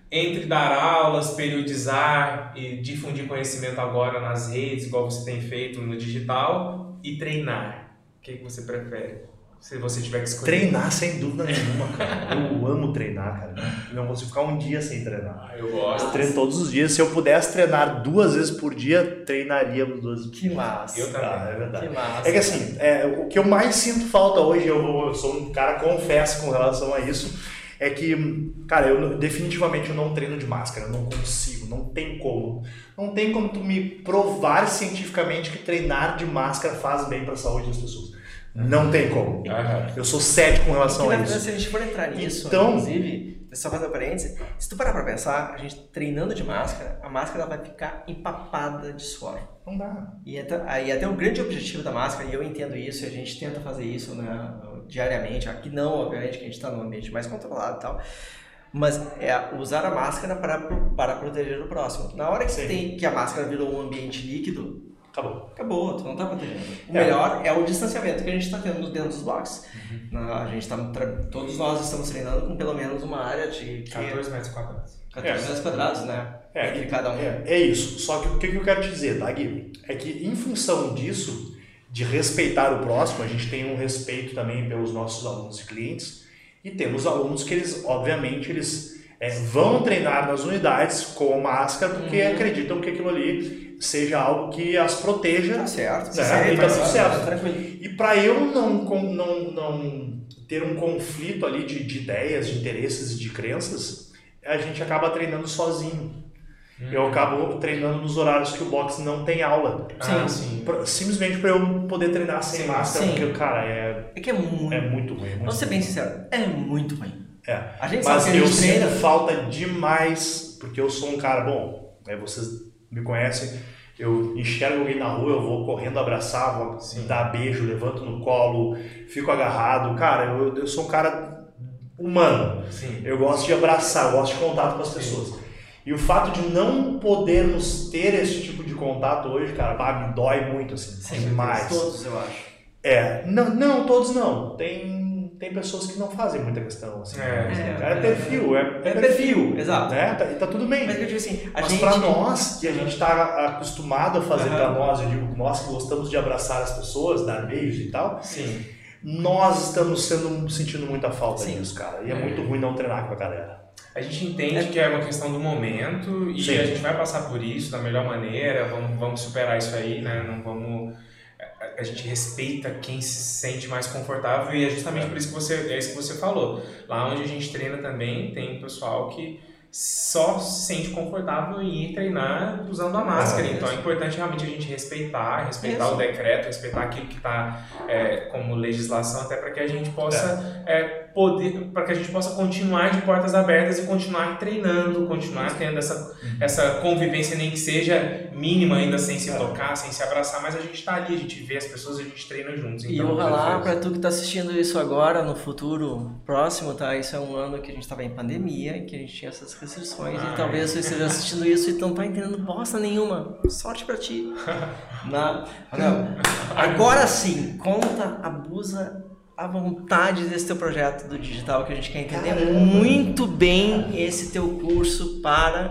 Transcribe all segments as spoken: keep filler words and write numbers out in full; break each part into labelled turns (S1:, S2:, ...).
S1: entre dar aulas, periodizar e difundir conhecimento agora nas redes, igual você tem feito no digital, e treinar? O que, que você prefere? Se você tiver que escolher.
S2: Treinar, sem dúvida nenhuma, cara. Eu amo treinar, cara. Não consigo ficar um dia sem treinar.
S1: Ah, eu gosto.
S2: Eu treino todos os dias. Se eu pudesse treinar duas vezes por dia, treinaríamos duas vezes por dia.
S3: Que massa.
S1: Eu também.
S2: Ah, é verdade.
S3: Que massa.
S2: É que assim, é, o que eu mais sinto falta hoje, eu, eu sou um cara confesso com relação a isso, é que, cara, eu definitivamente eu não treino de máscara, eu não consigo, não tem como. Não tem como tu me provar cientificamente que treinar de máscara faz bem para a saúde das pessoas. Não tem como.
S1: Aham.
S2: Eu sou cético com relação
S3: Porque,
S2: a
S3: na verdade,
S2: isso.
S3: se a gente for entrar nisso,
S2: Então-
S3: inclusive, só fazer um parênteses, se tu parar pra pensar, a gente treinando de máscara, a máscara ela vai ficar empapada de suor.
S2: Não dá.
S3: E até, aí até o grande objetivo da máscara, e eu entendo isso, e a gente tenta fazer isso, né, diariamente, aqui não, obviamente, que a gente está num ambiente mais controlado e tal, mas é usar a máscara para, para proteger o próximo. Na hora que,
S2: Sim.
S3: tem, que a máscara virou um ambiente líquido,
S2: Acabou.
S3: acabou, tu não tá protegendo. O
S2: É.
S3: melhor é o distanciamento que a gente está tendo dentro dos boxes. Na- A gente tá, tra- todos nós estamos treinando com pelo menos uma área de que-
S1: quatorze metros quadrados.
S3: quatorze metros quadrados, né?
S2: É,
S3: Entre cada um.
S2: É, é isso. Só que o que que eu quero te dizer, tá, Gui? É que em função disso, de respeitar o próximo, a gente tem um respeito também pelos nossos alunos e clientes, e temos alunos que eles, obviamente, eles é, vão treinar nas unidades com máscara porque
S3: Uhum.
S2: acreditam que aquilo ali seja algo que as proteja.
S3: Tá certo.
S2: Né?
S3: Se serve,
S2: E tá
S3: mas
S2: tudo
S3: tá
S2: certo.
S3: tranquilo.
S2: E para eu não, com- não, não ter um conflito ali de, de ideias, de interesses e de crenças, a gente acaba treinando sozinho. Eu acabo treinando nos horários que o box não tem aula.
S1: Ah,
S3: Sim.
S1: sim.
S2: Pra- simplesmente para eu poder treinar sem
S1: Sim,
S2: máscara,
S3: sim.
S2: porque, cara, é,
S3: É que é muito.
S2: é muito ruim. É muito
S3: Vamos ser
S2: ruim.
S3: bem sinceros, é muito ruim.
S2: É.
S3: A gente
S2: Mas
S3: sabe que a
S2: eu
S3: gente treina.
S2: sinto falta demais, porque eu sou um cara, bom, né, vocês me conhecem, eu enxergo alguém na rua, eu vou correndo abraçar, vou
S1: Sim.
S2: dar beijo, levanto no colo, fico agarrado. Cara, eu, eu sou um cara humano.
S1: Sim.
S2: Eu gosto de abraçar, eu gosto de contato com as
S1: Sim.
S2: pessoas. E o fato de não podermos ter esse tipo de contato hoje, cara, bah, me dói muito, assim,
S3: Sim,
S2: demais.
S3: todos, eu acho.
S2: É, não, não, todos não. Tem, tem pessoas que não fazem muita questão, assim.
S1: É,
S2: É, é perfil, é,
S3: É perfil, exato.
S2: né? Tá, e tá tudo bem.
S3: Mas eu digo assim, a
S2: Mas
S3: gente...
S2: pra nós, que a gente tá acostumado a fazer
S3: Aham.
S2: pra nós, eu digo, nós que gostamos de abraçar as pessoas, dar beijos e tal,
S1: Sim.
S2: nós estamos sendo, sentindo muita falta
S3: Sim.
S2: disso, cara. E é
S1: É.
S2: muito ruim não treinar com a galera.
S1: A gente entende que é uma questão do momento e
S2: Sim.
S1: a gente vai passar por isso da melhor maneira, vamos, vamos superar isso aí, né? Não vamos... A, a gente respeita quem se sente mais confortável e é justamente por isso que você, é isso que você falou. Lá onde a gente treina também tem pessoal que só se sente confortável em ir treinar usando a máscara.
S2: É,
S1: Então é importante realmente a gente respeitar, respeitar
S3: Isso.
S1: o decreto, respeitar aquilo que está é, como legislação, até para que a gente possa é, poder, para que a gente possa continuar de portas abertas e continuar treinando, continuar tendo essa, essa convivência, nem que seja mínima ainda, sem se tocar, sem se abraçar, mas a gente está ali, a gente vê as pessoas, a gente treina juntos.
S3: E
S1: Então,
S3: ojalá
S1: perfeito.
S3: pra tu que tá assistindo isso agora, no futuro próximo, tá? Isso é um ano que a gente tava em pandemia, que a gente tinha essas restrições,
S1: Ai.
S3: e talvez você esteja assistindo isso e não tá entendendo bosta nenhuma. Sorte pra ti. Na... Não. Agora sim, conta, abusa à vontade desse teu projeto do digital, que a gente quer entender
S2: Caramba.
S3: muito bem esse teu curso para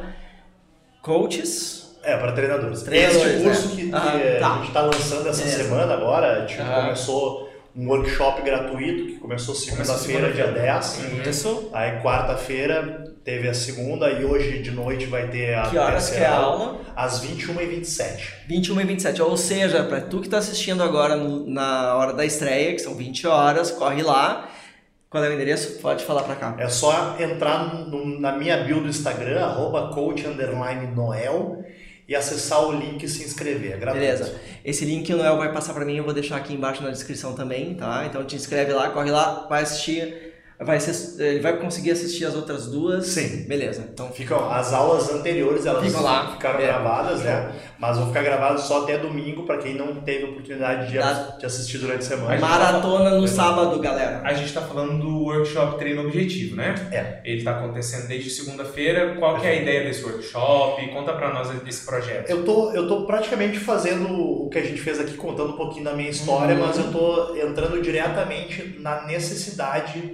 S3: coaches.
S2: É, para treinadores.
S3: Treinadores,
S2: Este curso
S3: né?
S2: que, que
S3: Ah,
S2: é,
S3: tá.
S2: a gente está lançando essa
S3: Beleza.
S2: semana agora, tipo,
S3: Ah.
S2: começou um workshop gratuito, que começou segunda-feira, dia dez.
S3: Isso.
S2: Aí quarta-feira teve a segunda e hoje de noite vai ter a
S3: Que horas que é
S2: terceira
S3: a aula?
S2: Às vinte e uma e vinte e sete.
S3: vinte e uma e vinte e sete, ou seja, para tu que tá assistindo agora no- na hora da estreia, que são vinte horas, corre lá. Qual é o endereço? Pode falar para cá.
S2: É só entrar no- na minha bio do Instagram, arroba coach underline Noel, e acessar o link e se inscrever. É gratuito.
S3: Beleza. Esse link o Noel vai passar para mim, eu vou deixar aqui embaixo na descrição também, tá? Então te inscreve lá, corre lá, vai assistir. Vai ser, ele vai conseguir assistir as outras duas?
S2: Sim.
S3: Beleza. Então
S2: Ficam, as aulas anteriores, elas
S3: Ficam lá.
S2: ficaram
S3: É.
S2: gravadas, né? Mas vão ficar gravadas só até domingo, para quem não teve oportunidade de,
S3: Tá.
S2: de assistir durante a semana.
S3: maratona no sábado, galera.
S1: A gente está falando do workshop Treino Objetivo, né?
S2: É.
S1: Ele está acontecendo desde segunda-feira. Qual que é a ideia desse workshop? Conta para nós desse projeto.
S2: Eu tô, eu tô praticamente fazendo o que a gente fez aqui, contando um pouquinho da minha história,
S3: Uhum.
S2: mas eu tô entrando diretamente na necessidade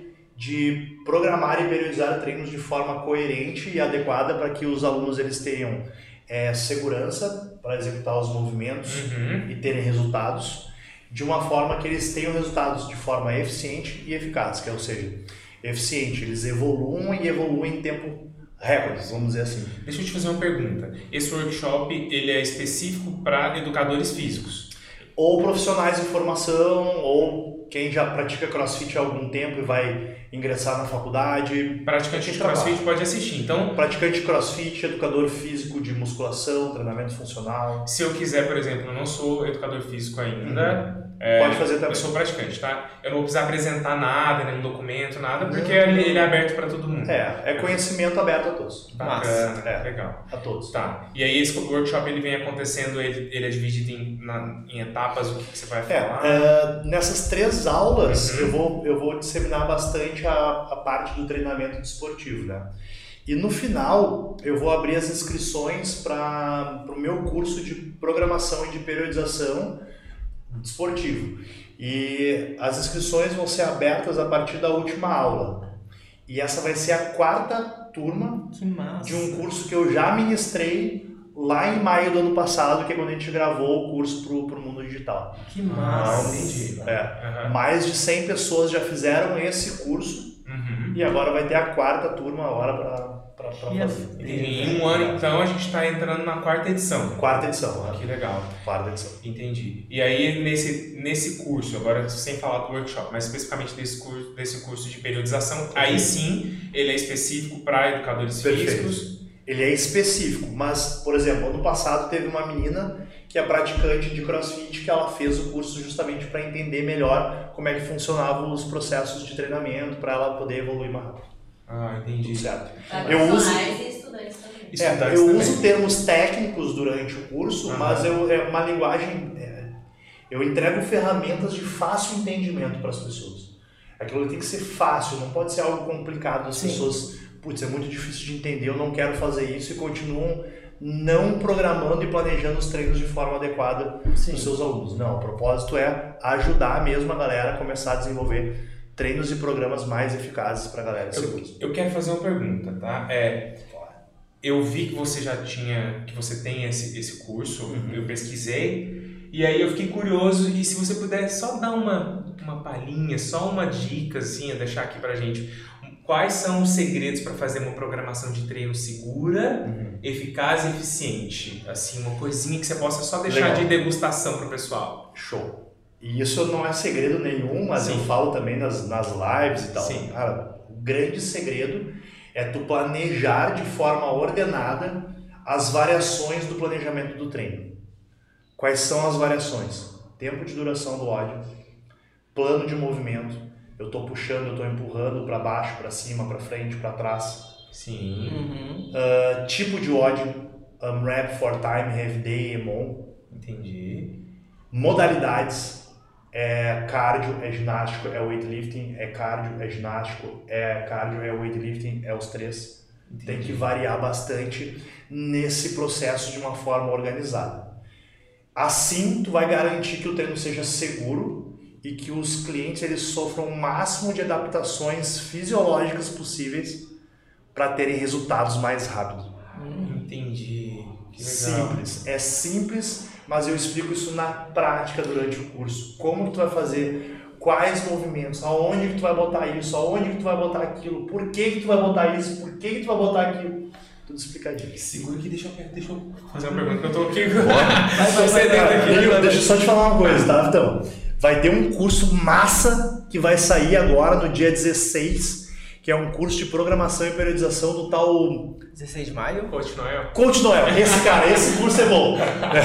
S2: de programar e periodizar treinos de forma coerente e adequada para que os alunos eles tenham é, segurança para executar os movimentos
S1: Uhum.
S2: e terem resultados de uma forma que eles tenham resultados de forma eficiente e eficaz, que é, ou seja, eficiente, eles evoluam e evoluem em tempo recorde, vamos dizer assim.
S1: Deixa eu te fazer uma pergunta. Esse workshop, ele é específico para educadores físicos?
S2: Ou profissionais em formação, ou quem já pratica CrossFit há algum tempo e vai ingressar na faculdade.
S1: Praticante de CrossFit pode assistir. Então,
S2: praticante de CrossFit, educador físico de musculação, treinamento funcional.
S1: Se eu quiser, por exemplo, eu não sou educador físico ainda.
S2: Uhum.
S1: É,
S2: pode fazer também.
S1: Eu sou praticante, tá? Eu não vou precisar apresentar nada, nenhum documento, nada, porque uhum. ele, ele é aberto para todo mundo.
S2: É, é conhecimento aberto a todos.
S1: Bacana,
S2: é,
S1: legal.
S2: A todos.
S1: Tá. E aí esse workshop ele vem acontecendo, ele, ele é dividido em, na, em etapas, o que, que você vai falar?
S2: É, uh, nessas três aulas
S1: uhum.
S2: eu, vou, eu vou disseminar bastante a, a parte do treinamento desportivo, né? E no final eu vou abrir as inscrições para o meu curso de programação e de periodização desportivo. E as inscrições vão ser abertas a partir da última aula. E essa vai ser a quarta turma de um curso que eu já ministrei lá em maio do ano passado, que é quando a gente gravou o curso para o mundo digital.
S3: Que massa!
S1: Ah, entendi.
S2: É,
S1: uhum.
S2: Mais de cem pessoas já fizeram esse curso
S1: uhum.
S2: e agora vai ter a quarta turma agora para para fazer.
S1: Em um ano, então, a gente está entrando na quarta edição.
S2: Quarta edição.
S1: Que legal.
S2: Quarta edição.
S1: Entendi. E aí, nesse, nesse curso, agora sem falar do workshop, mas especificamente desse curso, desse curso de periodização, aí sim, ele é específico para educadores
S2: Perfeito.
S1: físicos.
S2: Ele é específico, mas, por exemplo, ano passado teve uma menina que é praticante de CrossFit que ela fez o curso justamente para entender melhor como é que funcionavam os processos de treinamento para ela poder evoluir mais rápido.
S1: Ah, entendi.
S2: Tudo certo.
S4: É, eu uso e estudantes também.
S2: É,
S1: Estudantes
S2: eu
S1: também.
S2: uso termos técnicos durante o curso,
S1: uhum.
S2: mas eu, é uma linguagem... É, eu entrego ferramentas de fácil entendimento para as pessoas. Aquilo tem que ser fácil, não pode ser algo complicado. As
S3: Sim.
S2: pessoas, putz, é muito difícil de entender, eu não quero fazer isso, e continuam não programando e planejando os treinos de forma adequada para os seus alunos. Não, o propósito é ajudar mesmo a galera a começar a desenvolver treinos e programas mais eficazes para a galera.
S1: Eu, eu quero fazer uma pergunta, tá? É, eu vi que você já tinha, que você tem esse, esse curso, uhum. eu pesquisei, e aí eu fiquei curioso, e se você puder só dar uma, uma palhinha, só uma dica, assim, deixar aqui pra gente, quais são os segredos para fazer uma programação de treino segura, uhum. eficaz e eficiente? Assim, uma coisinha que você possa só deixar Legal. de degustação pro pessoal.
S2: Show! E isso não é segredo nenhum, mas
S1: Sim.
S2: eu falo também nas, nas lives e tal.
S1: Sim.
S2: Cara, o grande segredo é tu planejar de forma ordenada as variações do planejamento do treino. Quais são as variações? Tempo de duração do ódio, plano de movimento, eu estou puxando, eu estou empurrando para baixo, para cima, para frente, para trás.
S1: Sim.
S3: Uhum.
S2: Uh, tipo de ódio, um rep, for time, heavy day, E M O N.
S1: Entendi.
S2: Modalidades. É cardio, é ginástico, é weightlifting, é cardio, é ginástico, é cardio, é weightlifting, é os três. Entendi. Tem que variar bastante nesse processo de uma forma organizada. Assim, tu vai garantir que o treino seja seguro e que os clientes eles sofram o máximo de adaptações fisiológicas possíveis para terem resultados mais rápidos.
S1: Hum, entendi. Que legal.
S2: Simples, é simples, mas eu explico isso na prática durante o curso. Como que tu vai fazer, quais movimentos, aonde que tu vai botar isso, aonde que tu vai botar aquilo, por que que tu vai botar isso, por que que tu vai botar aquilo. Tudo explicadinho.
S1: Segura aqui, deixa eu, deixa eu fazer uma pergunta que eu tô aqui.
S2: Vai, vai, vai, vai, vai, deixa eu só te falar uma coisa, tá, Vitão? Vai ter um curso massa que vai sair agora no dia dezesseis, que é um curso de programação e periodização do tal...
S3: dezesseis de maio?
S1: Coach Noel.
S2: Coach Noel, esse cara, esse curso é bom.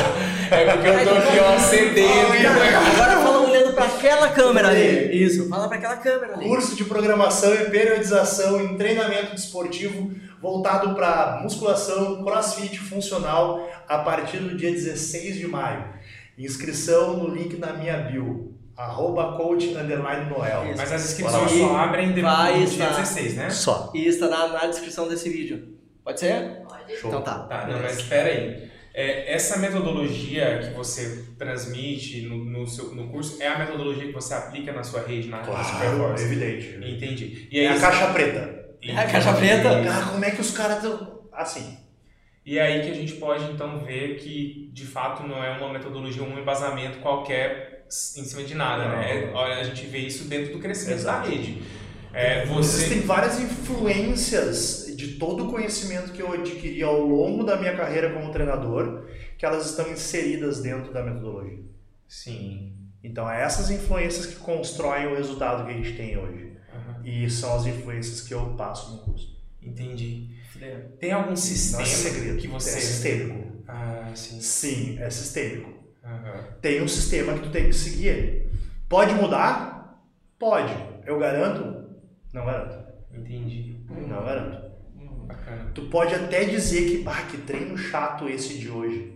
S1: É porque eu tô aqui, ó, acendendo.
S3: Agora fala olhando pra aquela câmera ali. Isso, fala pra aquela câmera ali.
S2: Curso de programação e periodização em treinamento desportivo voltado para musculação, crossfit funcional a partir do dia dezesseis de maio. Inscrição no link na minha bio. Arroba coach underline Noel.
S1: Isso. Mas as inscrições só abrem depois do dia dezesseis, né?
S2: Só.
S3: E está na, na descrição desse vídeo. Pode ser?
S4: Pode.
S2: Show.
S3: Então tá.
S1: Tá, não, mas espera aí. É, essa metodologia que você transmite no, no, seu, no curso é a metodologia que você aplica na sua rede, na
S2: Claro,
S1: Superforce?
S2: evidente.
S1: Entendi. E aí,
S2: É a caixa preta.
S3: É a caixa preta?
S2: Cara, como é que os caras estão... Assim.
S1: E é aí que a gente pode, então, ver que, de fato, não é uma metodologia, um embasamento qualquer em cima de nada,
S2: não.
S1: né? Olha, a gente vê isso dentro do crescimento
S2: Exato.
S1: da rede. É, você...
S2: Existem várias influências de todo o conhecimento que eu adquiri ao longo da minha carreira como treinador, que elas estão inseridas dentro da metodologia.
S1: Sim.
S2: Então, é essas influências que constroem o resultado que a gente tem hoje.
S1: Uhum.
S2: E são as influências que eu passo no curso.
S1: Entendi. Tem algum sistema
S2: Não é segredo,
S1: que você...
S2: é sistêmico.
S1: Ah, sim.
S2: Sim, é sistêmico.
S1: Uhum.
S2: Tem um sistema que tu tem que seguir ele. Pode mudar? Pode. Eu garanto? Não garanto.
S1: Entendi.
S2: Não garanto.
S1: Bacana.
S2: Tu pode até dizer que, ah, que treino chato esse de hoje.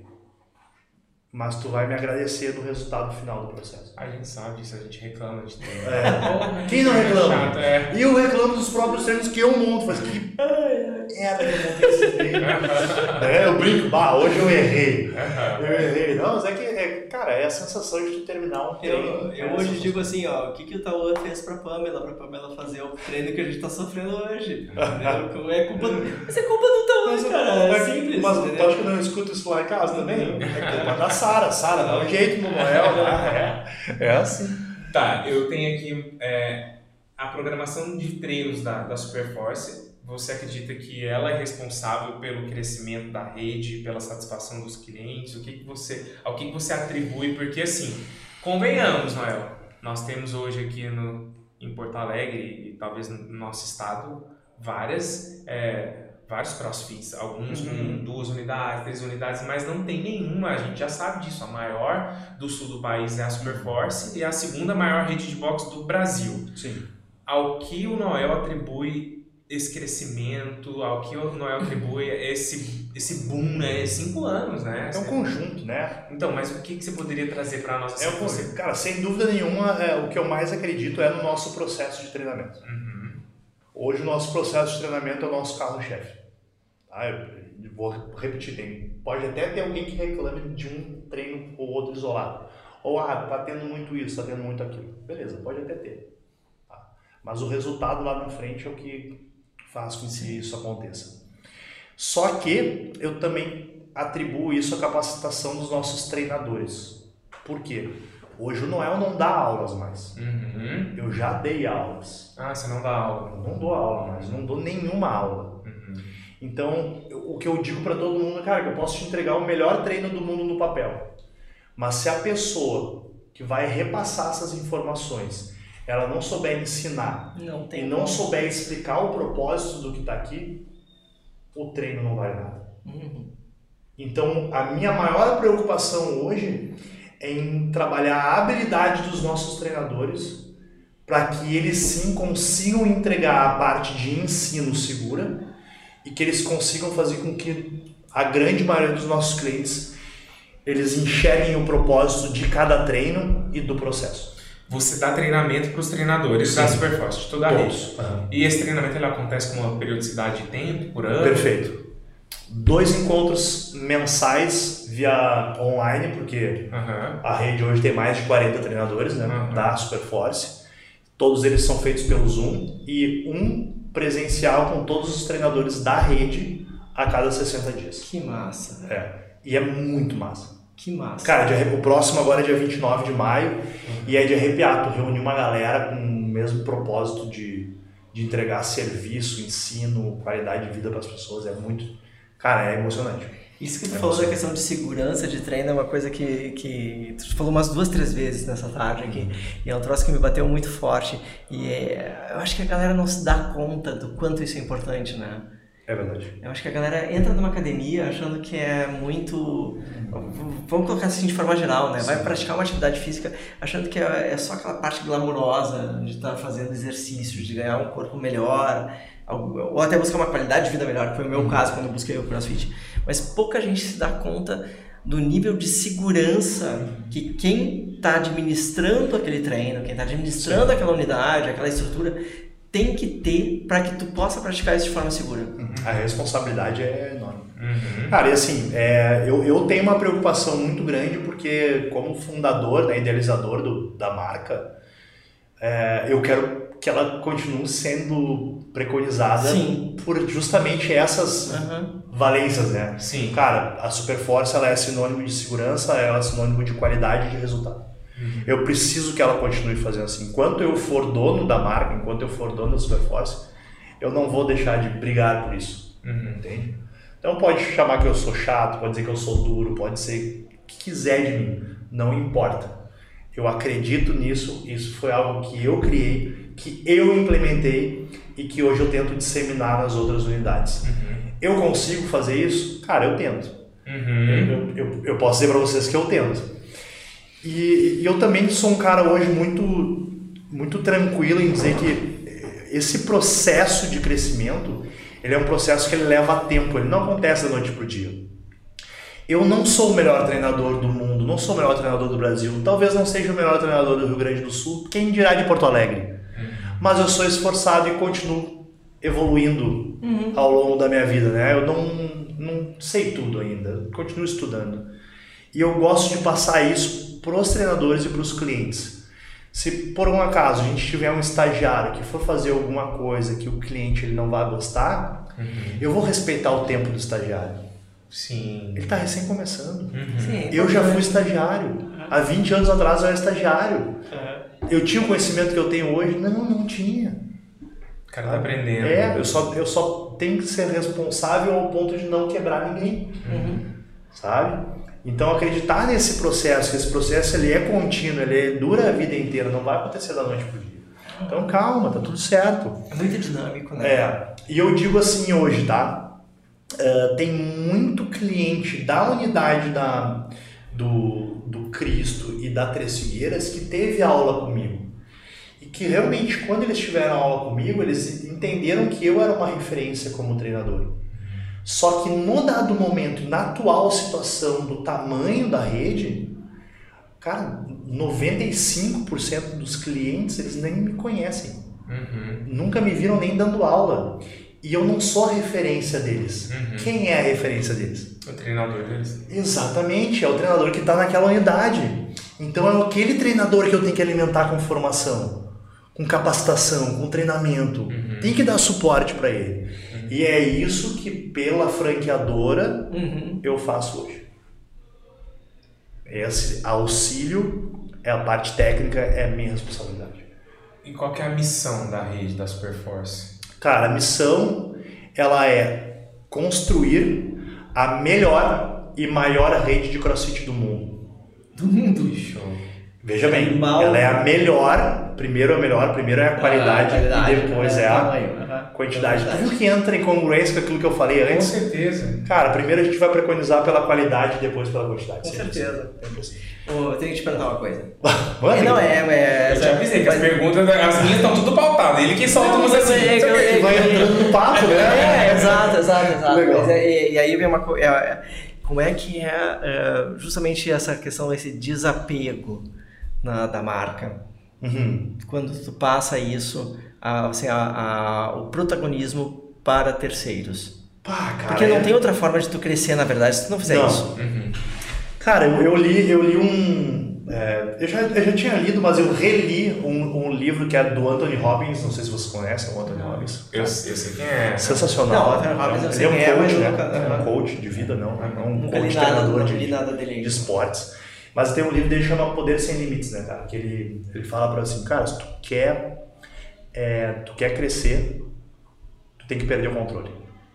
S2: Mas tu vai me agradecer no resultado final do processo.
S1: A gente sabe disso, a gente reclama de treino.
S2: É. Quem não reclama?
S1: Chato, é.
S2: E eu reclamo dos próprios treinos que eu monto. Mas que merda que eu montei esse treino. É, eu brinco, bah, hoje eu errei. Eu errei. Não, mas é que, é, cara, é a sensação de tu terminar um treino.
S3: Eu, eu
S2: é
S3: hoje digo assim, ó, o que, que o Tauan fez pra Pamela, pra Pamela fazer o treino que a gente tá sofrendo hoje. Entendeu? É culpa do... Mas é culpa do Tauan, cara. É simples.
S2: Mas
S3: entendeu?
S2: tu acha que eu não escuto isso lá em casa também? É culpa da Sara. Sara, dá um jeito no Noel. Né? É, é assim.
S1: Tá, eu tenho aqui é, a programação de treinos da, da Superforce. Você acredita que ela é responsável pelo crescimento da rede, pela satisfação dos clientes? O que que você, ao que que você atribui? Porque assim, convenhamos, Noel, nós temos hoje aqui no, em Porto Alegre e talvez no nosso estado várias, é, vários crossfits, alguns
S2: Uhum.
S1: com duas unidades, três unidades, mas não tem nenhuma, a gente já sabe disso. A maior do sul do país é a Superforce e a segunda maior rede de boxe do Brasil.
S2: Sim.
S1: Ao que o Noel atribui esse crescimento, ao que o Noel atribui esse, esse boom, né? Cinco anos, né?
S2: É um conjunto, né?
S1: Então, mas o que, que você poderia trazer para nós?
S2: É um conjunto. Cara, sem dúvida nenhuma, é, o que eu mais acredito é no nosso processo de treinamento.
S1: Uhum.
S2: Hoje o nosso processo de treinamento é o nosso carro-chefe. Tá? Eu vou repetir, tem, pode até ter alguém que reclame de um treino ou outro isolado. Ou, ah, tá tendo muito isso, tá tendo muito aquilo. Beleza, pode até ter. Tá? Mas o resultado lá na frente é o que faz com que isso aconteça. Só que eu também atribuo isso à capacitação dos nossos treinadores. Por quê? Hoje o Noel não dá aulas mais.
S1: Uhum.
S2: Eu já dei aulas.
S1: Ah, você não dá aula.
S2: Eu não dou aula mais, não dou nenhuma aula.
S1: Uhum.
S2: Então, eu- o que eu digo para todo mundo, cara, que eu posso te entregar o melhor treino do mundo no papel. Mas se a pessoa que vai repassar essas informações, ela não souber ensinar
S3: Não
S2: e
S3: tem
S2: não
S3: como.
S2: souber explicar o propósito do que está aqui, o treino não vale nada.
S3: Uhum.
S2: Então, a minha maior preocupação hoje é em trabalhar a habilidade dos nossos treinadores para que eles sim consigam entregar a parte de ensino segura e que eles consigam fazer com que a grande maioria dos nossos clientes eles enxerguem o propósito de cada treino e do processo.
S1: Você dá treinamento para os treinadores
S2: Sim.
S1: da Superforce, de toda a
S2: Todos.
S1: rede.
S2: Aham.
S1: E esse treinamento ele acontece com uma periodicidade de tempo, por ano?
S2: Perfeito. Dois encontros mensais via online, porque
S1: Aham.
S2: a rede hoje tem mais de quarenta treinadores, né,
S1: Uhum.
S2: da Superforce. Todos eles são feitos pelo Zoom e um presencial com todos os treinadores da rede a cada sessenta dias.
S3: Que massa.
S2: É. E é muito massa.
S3: Que massa.
S2: Cara, de arre- o próximo agora é dia vinte e nove de maio e é de arrepiar. Tu reunir uma galera com o mesmo propósito de, de entregar serviço, ensino, qualidade de vida para as pessoas. É muito... Cara, é emocionante.
S3: Isso que tu
S2: É
S3: falou da
S2: você.
S3: questão de segurança de treino é uma coisa que, que tu falou umas duas, três vezes nessa tarde aqui. E é um troço que me bateu muito forte. E é, eu acho que a galera não se dá conta do quanto isso é importante, né?
S2: É verdade.
S3: Eu acho que a galera entra numa academia achando que é muito... Vamos colocar assim de forma geral, né? Vai praticar uma atividade física achando que é é só aquela parte glamurosa de estar fazendo exercícios, de ganhar um corpo melhor, ou até buscar uma qualidade de vida melhor, que foi o meu caso quando eu busquei o CrossFit. Mas pouca gente se dá conta do nível de segurança que quem está administrando aquele treino, quem está administrando aquela unidade, aquela estrutura, tem que ter para que tu possa praticar isso de forma segura?
S2: A responsabilidade é enorme.
S1: Uhum.
S2: Cara, e assim, é, eu, eu tenho uma preocupação muito grande porque como fundador, né, idealizador do, da marca, é, eu quero que ela continue sendo preconizada
S3: Sim.
S2: por justamente essas
S3: Uhum.
S2: valências, né?
S1: Sim.
S2: Cara, a Superforce ela é sinônimo de segurança, ela é sinônimo de qualidade e de resultado. Uhum. Eu preciso que ela continue fazendo assim. Enquanto eu for dono da marca, enquanto eu for dono da Superforce, eu não vou deixar de brigar por isso.
S1: Uhum.
S2: Entende? Então pode chamar que eu sou chato, pode dizer que eu sou duro, pode ser o que quiser de mim, não importa. Eu acredito nisso, isso foi algo que eu criei, que eu implementei e que hoje eu tento disseminar nas outras unidades. Uhum. Eu consigo fazer isso? Cara, eu tento.
S1: Uhum.
S2: Eu, eu, eu posso dizer para vocês que eu tento. E, e eu também sou um cara hoje muito, muito tranquilo em dizer que esse processo de crescimento, ele é um processo que ele leva tempo, ele não acontece da noite para o dia. Eu não sou o melhor treinador do mundo, não sou o melhor treinador do Brasil, talvez não seja o melhor treinador do Rio Grande do Sul, quem dirá de Porto Alegre. Mas eu sou esforçado e continuo evoluindo uhum. ao longo da minha vida, né? Eu não, não sei tudo ainda, continuo estudando. E eu gosto de passar isso para os treinadores e para os clientes. Se por um acaso a gente tiver um estagiário que for fazer alguma coisa que o cliente ele não vai gostar, uhum. eu vou respeitar o tempo do estagiário.
S1: Sim.
S2: Ele está recém começando.
S3: Uhum. Sim,
S2: eu já fui estagiário. Uhum. Há vinte anos atrás eu era estagiário. Uhum. Eu tinha o conhecimento que eu tenho hoje? Não, não tinha.
S1: O cara tá aprendendo.
S2: É, eu só, eu só tenho que ser responsável ao ponto de não quebrar ninguém. Uhum. Sabe? Então acreditar nesse processo, que esse processo ele é contínuo, ele dura a vida inteira, não vai acontecer da noite pro dia. Então calma, tá tudo certo.
S3: É muito dinâmico, né?
S2: É, e eu digo assim hoje, tá? Uh, tem muito cliente da unidade da, do, do Cristo e da Três Figueiras que teve aula comigo. E que realmente quando eles tiveram aula comigo, eles entenderam que eu era uma referência como treinador. Só que no dado momento, na atual situação do tamanho da rede, cara, noventa e cinco por cento dos clientes, eles nem me conhecem. Uhum. Nunca me viram nem dando aula. E eu não sou a referência deles. Uhum. Quem é a referência deles?
S1: O treinador deles.
S2: Exatamente, é o treinador que está naquela unidade. Então é aquele treinador que eu tenho que alimentar com formação, com capacitação, com treinamento. Uhum. Tem que dar suporte para ele. Uhum. E é isso que pela franqueadora uhum. eu faço hoje. Esse auxílio, é a parte técnica, é a minha responsabilidade.
S1: E qual que é a missão da rede da Superforce?
S2: Cara, a missão ela é construir a melhor e maior rede de CrossFit do mundo.
S3: Do mundo?
S1: Show.
S2: Veja bem, Mal. ela é a melhor, primeiro é a melhor, primeiro é a qualidade, ah, a qualidade e depois é, é a tamanho, quantidade.
S3: É
S2: Tudo que entra em congruência com aquilo que eu falei antes.
S1: Com certeza.
S2: Cara, primeiro a gente vai preconizar pela qualidade e depois pela quantidade.
S3: Com certeza. Assim. Oh, eu tenho que te perguntar uma coisa.
S2: Mano,
S3: não é, é,
S1: eu já avisei que as perguntas, as minhas estão tudo pautadas. Ele que solta umas assim.
S3: É, é,
S2: vai entrando no papo, né?
S3: É, exato, exato, exato.
S2: Legal.
S3: Mas é, e, e aí vem uma coisa. É, como é que é, é justamente essa questão, esse desapego na, da marca?
S2: Uhum.
S3: Quando tu passa isso, a, assim, a, a, o protagonismo para terceiros.
S2: Pá, cara,
S3: porque não
S2: é...
S3: tem outra forma de tu crescer, na verdade, se tu não fizer
S2: não.
S3: isso.
S1: Uhum.
S2: Cara, eu, eu li, eu li um... É, eu, já, eu já tinha lido, mas eu reli um, um livro que é do Anthony Robbins, não sei se vocês conhecem o Anthony Robbins.
S1: Eu, eu sei quem é.
S2: Sensacional.
S3: Não, o Anthony Robbins eu sei
S2: ele
S3: quem
S2: é um coach,
S3: é,
S2: né?
S3: nunca,
S2: É um coach de vida, não. É um
S3: nunca
S2: coach
S3: li nada,
S2: treinador
S3: não
S2: de,
S3: li nada dele.
S2: de esportes. Mas tem um livro dele que chama Poder Sem Limites, né, cara? Que ele, ele fala pra assim, cara, se tu quer, é, tu quer crescer, tu tem que perder o controle.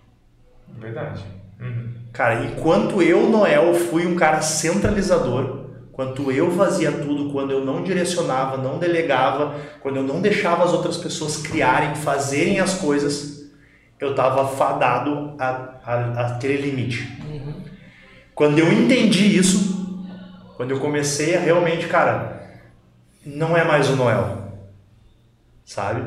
S1: Verdade. Uhum.
S2: Cara, enquanto eu, Noel, fui um cara centralizador, quando eu fazia tudo, quando eu não direcionava, não delegava, quando eu não deixava as outras pessoas criarem, fazerem as coisas, eu estava fadado a, a, a aquele limite. Uhum. Quando eu entendi isso, quando eu comecei a realmente, cara, não é mais o Noel, sabe?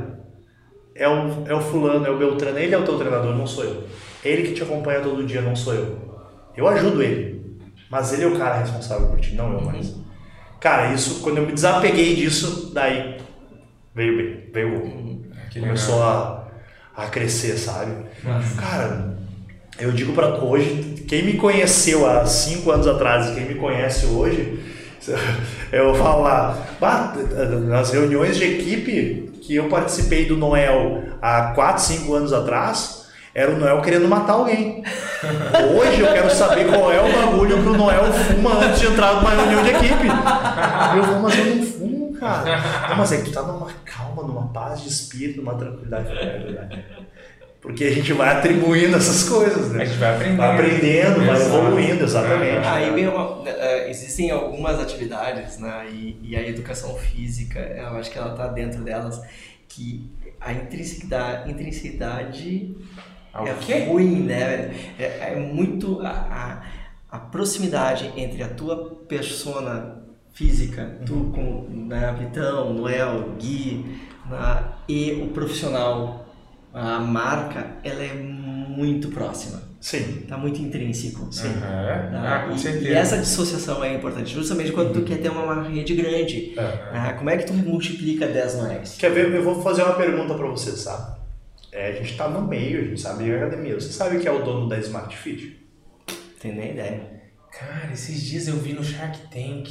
S2: É o, é o fulano, é o Beltrano, ele é o teu treinador, não sou eu. Ele que te acompanha todo dia, não sou eu. Eu ajudo ele, mas ele é o cara responsável por ti, não eu mais. Cara, isso, quando eu me desapeguei disso, daí veio bem, veio o gol.
S1: Que
S2: começou a, a crescer, sabe?
S3: Nossa.
S2: Cara, eu digo pra hoje, quem me conheceu há cinco anos atrás e quem me conhece hoje, eu falo lá, bah, nas reuniões de equipe que eu participei do Noel há quatro, cinco anos atrás, era o Noel querendo matar alguém. Hoje eu quero saber qual é o bagulho que o Noel fuma antes de entrar numa reunião de equipe. Eu falo, mas eu não fumo, cara. Não, mas é que tu tá numa calma, numa paz de espírito, numa tranquilidade. É verdade. Porque a gente vai atribuindo essas coisas, né?
S1: A gente vai aprendendo.
S2: Vai aprendendo, vai
S1: Exato.
S2: evoluindo, exatamente.
S3: Aí vem uma, uh, existem algumas atividades, né? E, e a educação física, eu acho que ela está dentro delas, que a intrinsecidade, intrinsecidade
S1: Ah, o
S3: é
S1: quê?
S3: ruim, né? É, é muito a, a, a proximidade entre a tua persona física, tu como né, Vitão, Noel, Gui, né, e o profissional, a marca, ela é muito próxima.
S2: Sim.
S3: Tá muito intrínseco.
S2: Sim.
S1: Aham.
S3: Tá?
S1: Ah, com
S3: E-
S1: certeza.
S3: E essa dissociação é importante, justamente quando tu quer ter uma rede grande.
S1: Aham.
S3: Ah, como é que tu multiplica dez Noéis?
S2: Quer ver? Eu vou fazer uma pergunta pra você, sabe? É, a gente tá no meio, a gente sabe de academia. Você sabe quem é o dono da Smart Fit?
S3: Tem nem ideia.
S1: Cara, esses dias eu vi no Shark Tank.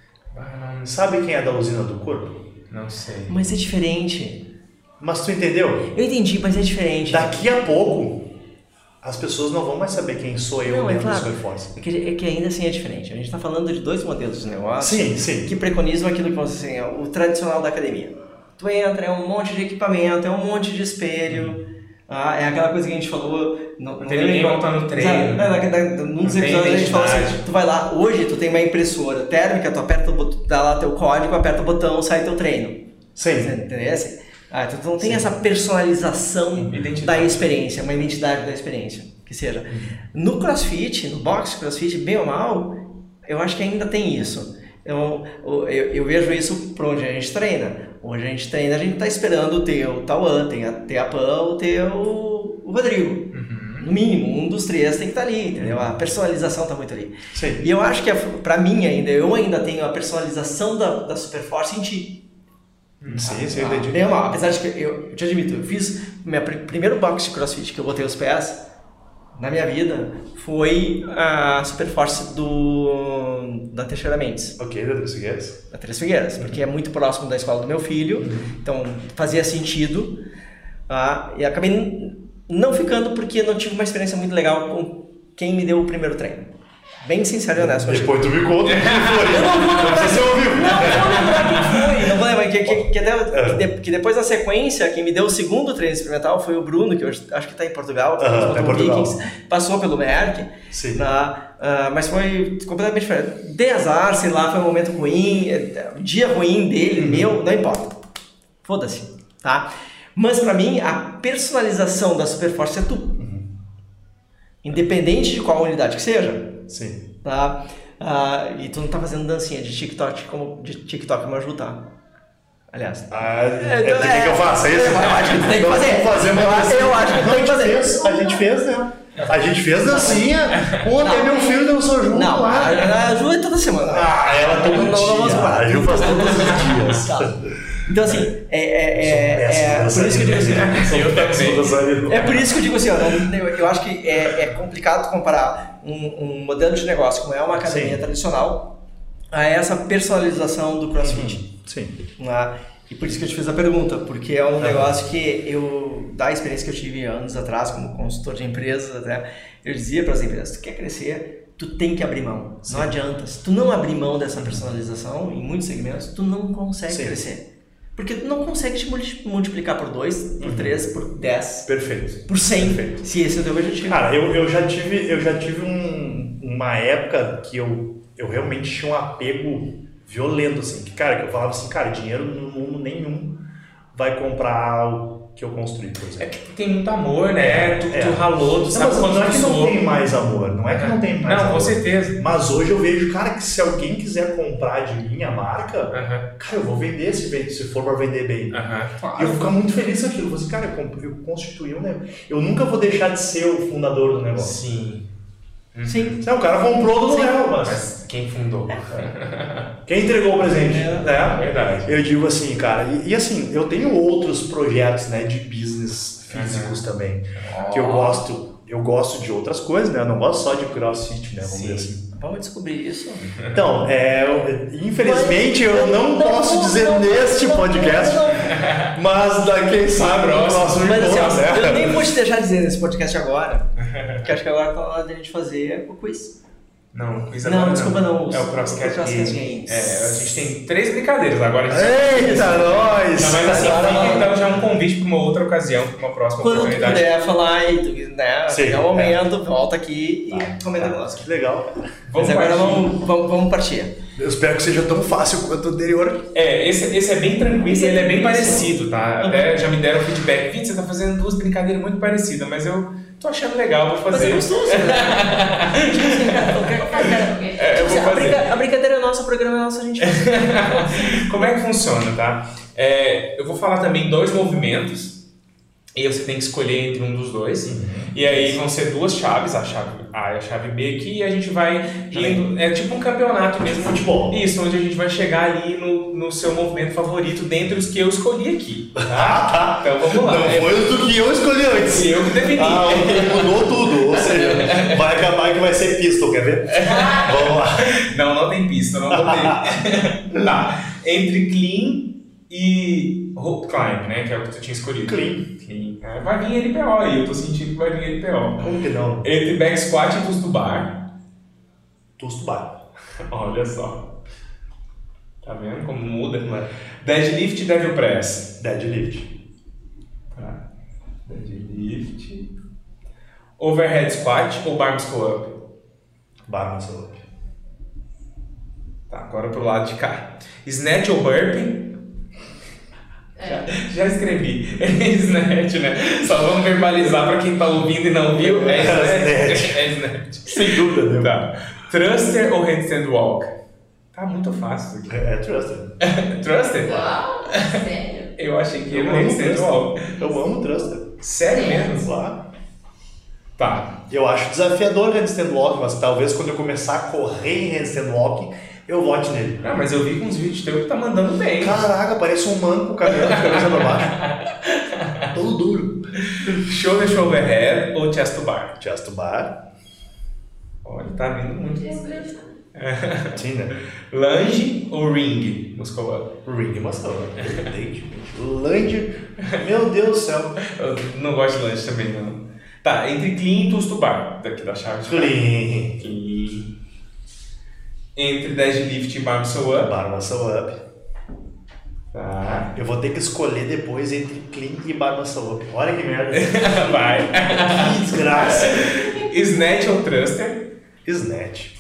S1: Ah, não,
S2: Sabe quem é da usina do corpo?
S1: não sei.
S3: Mas é diferente.
S2: Mas tu entendeu?
S3: Eu entendi, mas é diferente.
S2: Daqui a pouco, as pessoas não vão mais saber quem sou eu
S3: Não, é
S2: dentro do
S3: claro.
S2: Superforce.
S3: É que, é que ainda assim é diferente. A gente está falando de dois modelos de negócio
S2: Sim, sim.
S3: que preconizam aquilo que vamos dizer assim, é o tradicional da academia. Tu entra, é um monte de equipamento, é um monte de espelho, ah, é aquela coisa que a gente falou... Não,
S1: Não tem ninguém montando treino.
S3: Sabe, na- na- na- Num dos
S1: Não tem
S3: episódios a gente falou assim,
S1: identidade.
S3: tu vai lá, hoje tu tem uma impressora térmica, tu aperta o botão, dá lá teu código, aperta o botão, sai teu treino. Você
S2: Sim.
S3: entendeu? Ah, então tu não tem essa personalização
S1: Identidade.
S3: da experiência, uma identidade da experiência, que seja. No CrossFit, no box CrossFit, bem ou mal, eu acho que ainda tem isso. Eu, eu, eu vejo isso por onde a gente treina. Onde a gente treina, a gente está esperando ter o Tauan, ter a, ter a Pam, ter o, o Rodrigo. No mínimo, um dos três tem que estar ali, entendeu? A personalização está muito ali.
S2: Sim.
S3: E eu acho que, para mim ainda, eu ainda tenho a personalização da, da Superforce em ti.
S2: Sim, sim, eu
S3: Ah,
S2: entendi.
S3: bem ou mal, apesar de que eu, eu te admito, eu fiz meu primeiro box de CrossFit que eu botei os pés na minha vida foi a Superforce do da Teixeira Mendes,
S2: Ok, da Três Figueiras.
S3: da Três Figueiras, porque é muito próximo da escola do meu filho, então fazia sentido, ah, e acabei n- não ficando porque não tive uma experiência muito legal com quem me deu o primeiro treino. Bem sincero e honesto. eu achei.
S2: Depois tu me conta quem foi. Não sei se eu ouviu.
S3: Não, não vou lembrar quem foi. Não vou lembrar. Que, que, que, até, que, de- que depois da sequência, quem me deu o segundo treino experimental foi o Bruno, que eu acho que está em Portugal.
S2: Aham,
S3: botou
S2: tá em
S3: o
S2: Portugal.
S3: Vikings, passou pelo Merck.
S2: Sim.
S3: Na, ah, mas foi completamente diferente. De azar, sei lá, foi um momento ruim. é, Dia ruim dele, meu, não importa. Foda-se, tá? Mas pra mim, a personalização da Superforce é tu. Independente de qual unidade que seja.
S2: Sim.
S3: Tá? Ah, e tu não tá fazendo dancinha de TikTok como de TikTok como ajudar. Aliás.
S2: Ah, é,
S3: então,
S2: tu quer que eu faça isso?
S3: Eu acho que tu tem que
S2: Nós
S3: fazer.
S2: vamos fazer uma
S3: Eu acho- eu acho que tu
S2: Não,
S3: tem que
S2: a gente
S3: fazer.
S2: fez, a gente fez, né? A gente fez dancinha. Pô, até meu filho dançou junto
S3: Não, a,
S2: lá.
S3: a Ju é toda semana.
S2: Ah, ela todo
S3: Não, não, não vamos
S2: dia.
S3: comparar.
S2: A Ju faz todos os dias.
S3: Tá. Então assim, é, é, é, é por isso que eu digo assim.
S1: Eu também.
S3: É por isso que eu digo assim, ó, não- eu, eu acho que é, é complicado comparar um, um modelo de negócio como é uma academia
S2: Sim.
S3: tradicional a essa personalização do CrossFit.
S2: Sim.
S3: Né? E por isso que eu te fiz a pergunta, porque é um negócio que eu, da experiência que eu tive anos atrás como consultor de empresas, até, eu dizia para as empresas, tu quer crescer, tu tem que abrir mão.
S2: Sim.
S3: Não adianta. Se tu não abrir mão dessa personalização, em muitos segmentos, tu não consegue
S2: Sim.
S3: crescer. Porque tu não consegue te multi- multiplicar por dois, por três, por dez,
S2: Perfeito.
S3: por cem,
S2: Perfeito.
S3: se esse é o teu objetivo.
S2: Cara, eu, eu já tive, eu já tive um, uma época que eu, eu realmente tinha um apego violento, assim. Que, cara, que eu falava assim, cara, dinheiro no mundo nenhum vai comprar o que eu construí, por
S1: É
S2: exemplo.
S1: que tu tem muito amor, né? Tu,
S2: É.
S1: tu ralou, tu
S2: Não,
S1: sabe
S2: mas
S1: quanto
S2: não é
S1: tu
S2: que não
S1: suou.
S2: tem mais amor, não é que não tem mais
S1: Não,
S2: amor.
S1: com certeza.
S2: Mas hoje eu vejo, cara, que se alguém quiser comprar de mim a marca,
S1: Aham,
S2: cara, eu vou vender se, vende- se for pra vender bem.
S1: aham.
S2: E eu vou ficar muito feliz com aquilo. Eu vou assim, cara, eu, comp- eu constituí um negócio. Eu nunca vou deixar de ser o fundador do negócio.
S1: Sim.
S3: Sim.
S2: Não, o cara comprou do Léo, mas...
S1: Mas quem fundou?
S2: Quem entregou o presente?
S3: É,
S2: né?
S1: verdade.
S2: Eu digo assim, cara, e, e assim, eu tenho outros projetos, né, de business físicos
S1: Uhum.
S2: também, que eu gosto, eu gosto de outras coisas, né, eu não gosto só de CrossFit, né, vamos
S1: Sim.
S2: dizer assim.
S3: Vamos descobrir isso.
S2: Então, é, eu- infelizmente eu não, posso dizer
S3: não,
S2: neste
S3: não,
S2: podcast,
S3: não,
S2: mas da quem sabe no
S1: próximo.
S2: próximo
S3: Mas assim,
S2: encontro,
S3: ó,
S2: né?
S3: eu nem vou te deixar dizer nesse podcast agora, porque acho que agora tá na hora da gente fazer o quiz.
S1: Não, quiz
S3: Não,
S1: agora
S3: desculpa, não, os-
S1: É o CrossCast
S3: o CrossCast
S1: Games.
S3: Games.
S1: É, a gente tem três brincadeiras agora. A gente
S2: Eita, nós!
S1: Não, mas assim,
S3: Agora
S1: fica
S3: não.
S1: então já um convite para uma outra ocasião, para uma próxima
S3: Quando tu
S1: oportunidade.
S3: puder falar e tu, né,
S2: Sim,
S3: chegar o momento, volta aqui
S2: Tá,
S3: e comenta
S2: tá.
S3: conosco.
S2: Que legal.
S1: Vamos
S3: Mas agora
S1: partir.
S3: vamos, vamos, vamos partir.
S2: Eu espero que seja tão fácil quanto o anterior.
S1: É, esse, esse é bem tranquilo e ele é bem parecido, tá?
S3: Uhum.
S1: Até já me deram feedback. Vitor, você tá fazendo duas brincadeiras muito parecidas, mas eu tô achando legal, vou
S3: Mas é
S1: fazer.
S3: gostoso, né? Tipo assim, cara, eu quero-
S1: É, eu
S3: tipo assim,
S1: vou
S3: a,
S1: fazer.
S3: brinca- a brincadeira é nossa, o programa é nosso, a gente faz.
S1: Como é que funciona, tá? É, eu vou falar também dois movimentos e você tem que escolher entre um dos dois. E aí vão ser duas chaves, a chave A e a chave B aqui, e a gente vai indo. É tipo um campeonato mesmo.
S2: Futebol.
S1: Isso, onde a gente vai chegar ali no, no seu movimento favorito dentre os que eu escolhi aqui. Tá? Então vamos lá.
S2: Não
S1: É,
S2: foi o do que eu escolhi antes.
S1: se eu que defini.
S2: Ah, ok, mudou tudo. Ou seja, vai acabar que vai ser pistol, quer ver? Vamos lá.
S1: Não, não tem pista, não botei. Tá. Entre clean e rope climb, né? Que é o que tu tinha escolhido.
S2: Clean.
S1: Clean. É, vai vir L P O aí, eu tô sentindo que vai vir L P O.
S2: Como que não?
S1: Entre back squat e twist to bar.
S2: Tusto bar.
S1: Olha só. Tá vendo como muda? Deadlift e devil press.
S2: Deadlift.
S1: Tá. Deadlift. Overhead squat ou bar muscle up?
S2: Bar muscle up.
S1: Tá, agora pro lado de cá. Snatch ou burpee?
S4: É.
S1: Já escrevi. Snatch, né? Só vamos verbalizar pra quem tá ouvindo e não viu. É snatch. É snatch.
S2: Sem dúvida, né?
S1: Tá. Thruster ou handstand walk? Tá muito fácil isso aqui.
S2: É, é thruster.
S1: Thruster?
S4: Uau, sério?
S1: Eu achei que
S2: Eu
S1: era
S2: amo
S1: handstand walk.
S2: thruster. Eu amo thruster.
S1: Sério mesmo?
S2: Claro.
S1: Tá.
S2: Eu acho desafiador handstand walk, mas talvez quando eu começar a correr em handstand walk, eu vote nele.
S1: Ah, mas eu vi com uns vídeos teus que tá mandando bem.
S2: Caraca, parece um manco caminhando de cabeça pra baixo. Todo duro.
S1: Shoulder to overhead ou chest to bar?
S2: Chest to bar.
S1: Olha, tá vindo muito.
S2: Sim, né?
S1: Lunge ou ring? Muscle up.
S2: Ring muscle. Evidentemente. Lunge. Meu Deus do céu.
S1: Eu não gosto de lunge também, não. Tá, entre clean e twist to bar. Daqui da chave de
S2: Clean.
S1: Clean. Entre deadlift e bar muscle up.
S2: Bar muscle up.
S1: Tá.
S2: Eu vou ter que escolher depois entre clean e bar muscle up. Olha que merda.
S1: Vai.
S2: Que desgraça.
S1: Snatch ou thruster?
S2: Snatch.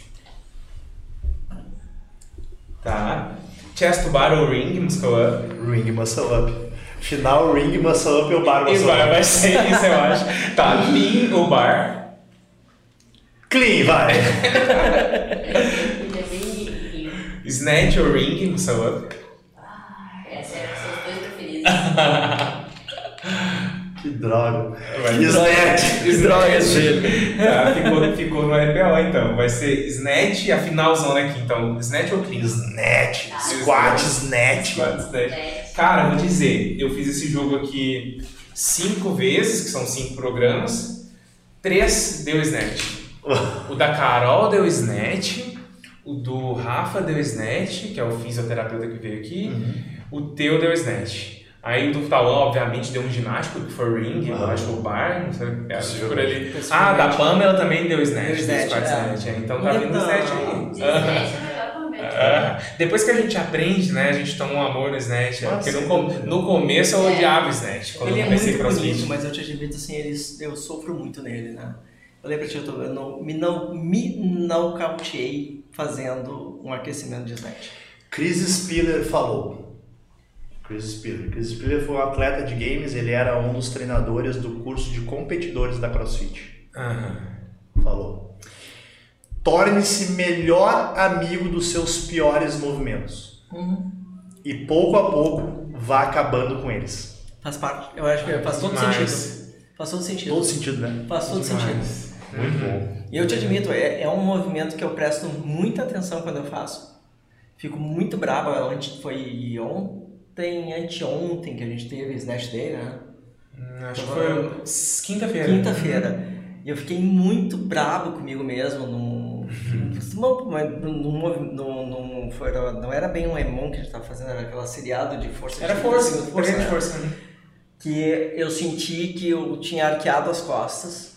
S1: Tá. Chest to bar ou ring? Muscle up.
S2: Ring muscle up. Final ring muscle up ou bar
S1: E
S2: muscle
S1: vai,
S2: up?
S1: vai ser isso, eu acho. Tá, clean ou bar?
S2: Clean, vai.
S4: Ele é bem limpinho.
S1: Snatch ou ring? Muscle up.
S4: Ah, esses são os dois preferidos.
S2: Que droga.
S1: Vai.
S2: Snatch.
S3: Que drogas, velho.
S1: Tá, ficou, ficou no L P O então. Vai ser snatch e a finalzona aqui. Então, snatch ou clean?
S2: Snatch. Squat, snatch.
S1: Squat, snatch.
S4: É.
S1: Cara, vou dizer, eu fiz esse jogo aqui cinco vezes, que são cinco programas. Três deu snatch. O da Carol deu snatch. O do Rafa deu snatch, que é o fisioterapeuta que veio aqui. O teu deu snatch. Aí o do Tauan, obviamente, deu um ginástico, que foi ring, eu
S2: Ah.
S1: acho, ou bar, não sei, é,
S2: Possivelmente.
S1: por ali. Ah,
S3: Possivelmente.
S1: da Pamela também deu snatch,
S3: Deu
S1: deu
S3: snatch,
S1: squat
S3: é.
S1: snatch. é. Então tá vindo
S3: Então.
S1: snatch aí.
S4: Snatch é o melhor momento.
S1: Ah, depois que a gente aprende, né, a gente toma um amor no snatch.
S2: Ah,
S1: porque
S2: sem
S1: no, com-
S2: dúvida.
S1: no começo eu
S4: É.
S1: odiava o snatch, quando
S3: Ele
S1: eu
S3: é
S1: comecei
S3: muito
S1: crossfit.
S3: bonito, mas eu te admito assim, eles, eu sofro muito nele, né? Eu lembro que eu, tô, eu não, me, não, me nocauteei fazendo um aquecimento de snatch.
S2: Chris Spiller falou. Chris Spiller. Chris Spiller foi um atleta de games, ele era um dos treinadores do curso de competidores da CrossFit.
S1: Aham.
S2: Falou. Torne-se melhor amigo dos seus piores movimentos. E pouco a pouco vá acabando com eles.
S3: Faz parte. Eu acho que faz todo
S1: Demais.
S3: sentido. Faz todo sentido.
S2: Todo sentido, né?
S3: Faz todo
S1: Demais.
S3: sentido.
S2: Muito bom.
S3: E eu te admito, é, é um movimento que eu presto muita atenção quando eu faço. Fico muito bravo, antes, foi ontem, anteontem que a gente teve Slash Day, né?
S1: Hum, acho que foi quinta-feira.
S3: Quinta-feira. E eu fiquei muito bravo comigo mesmo num... num, num, num foi, não era bem um Emon que a gente estava fazendo, era aquela seriado de força.
S1: Era
S3: de
S1: força,
S3: força, força,
S1: treino
S3: né?
S1: de força. Né?
S3: Que eu senti que eu tinha arqueado as costas.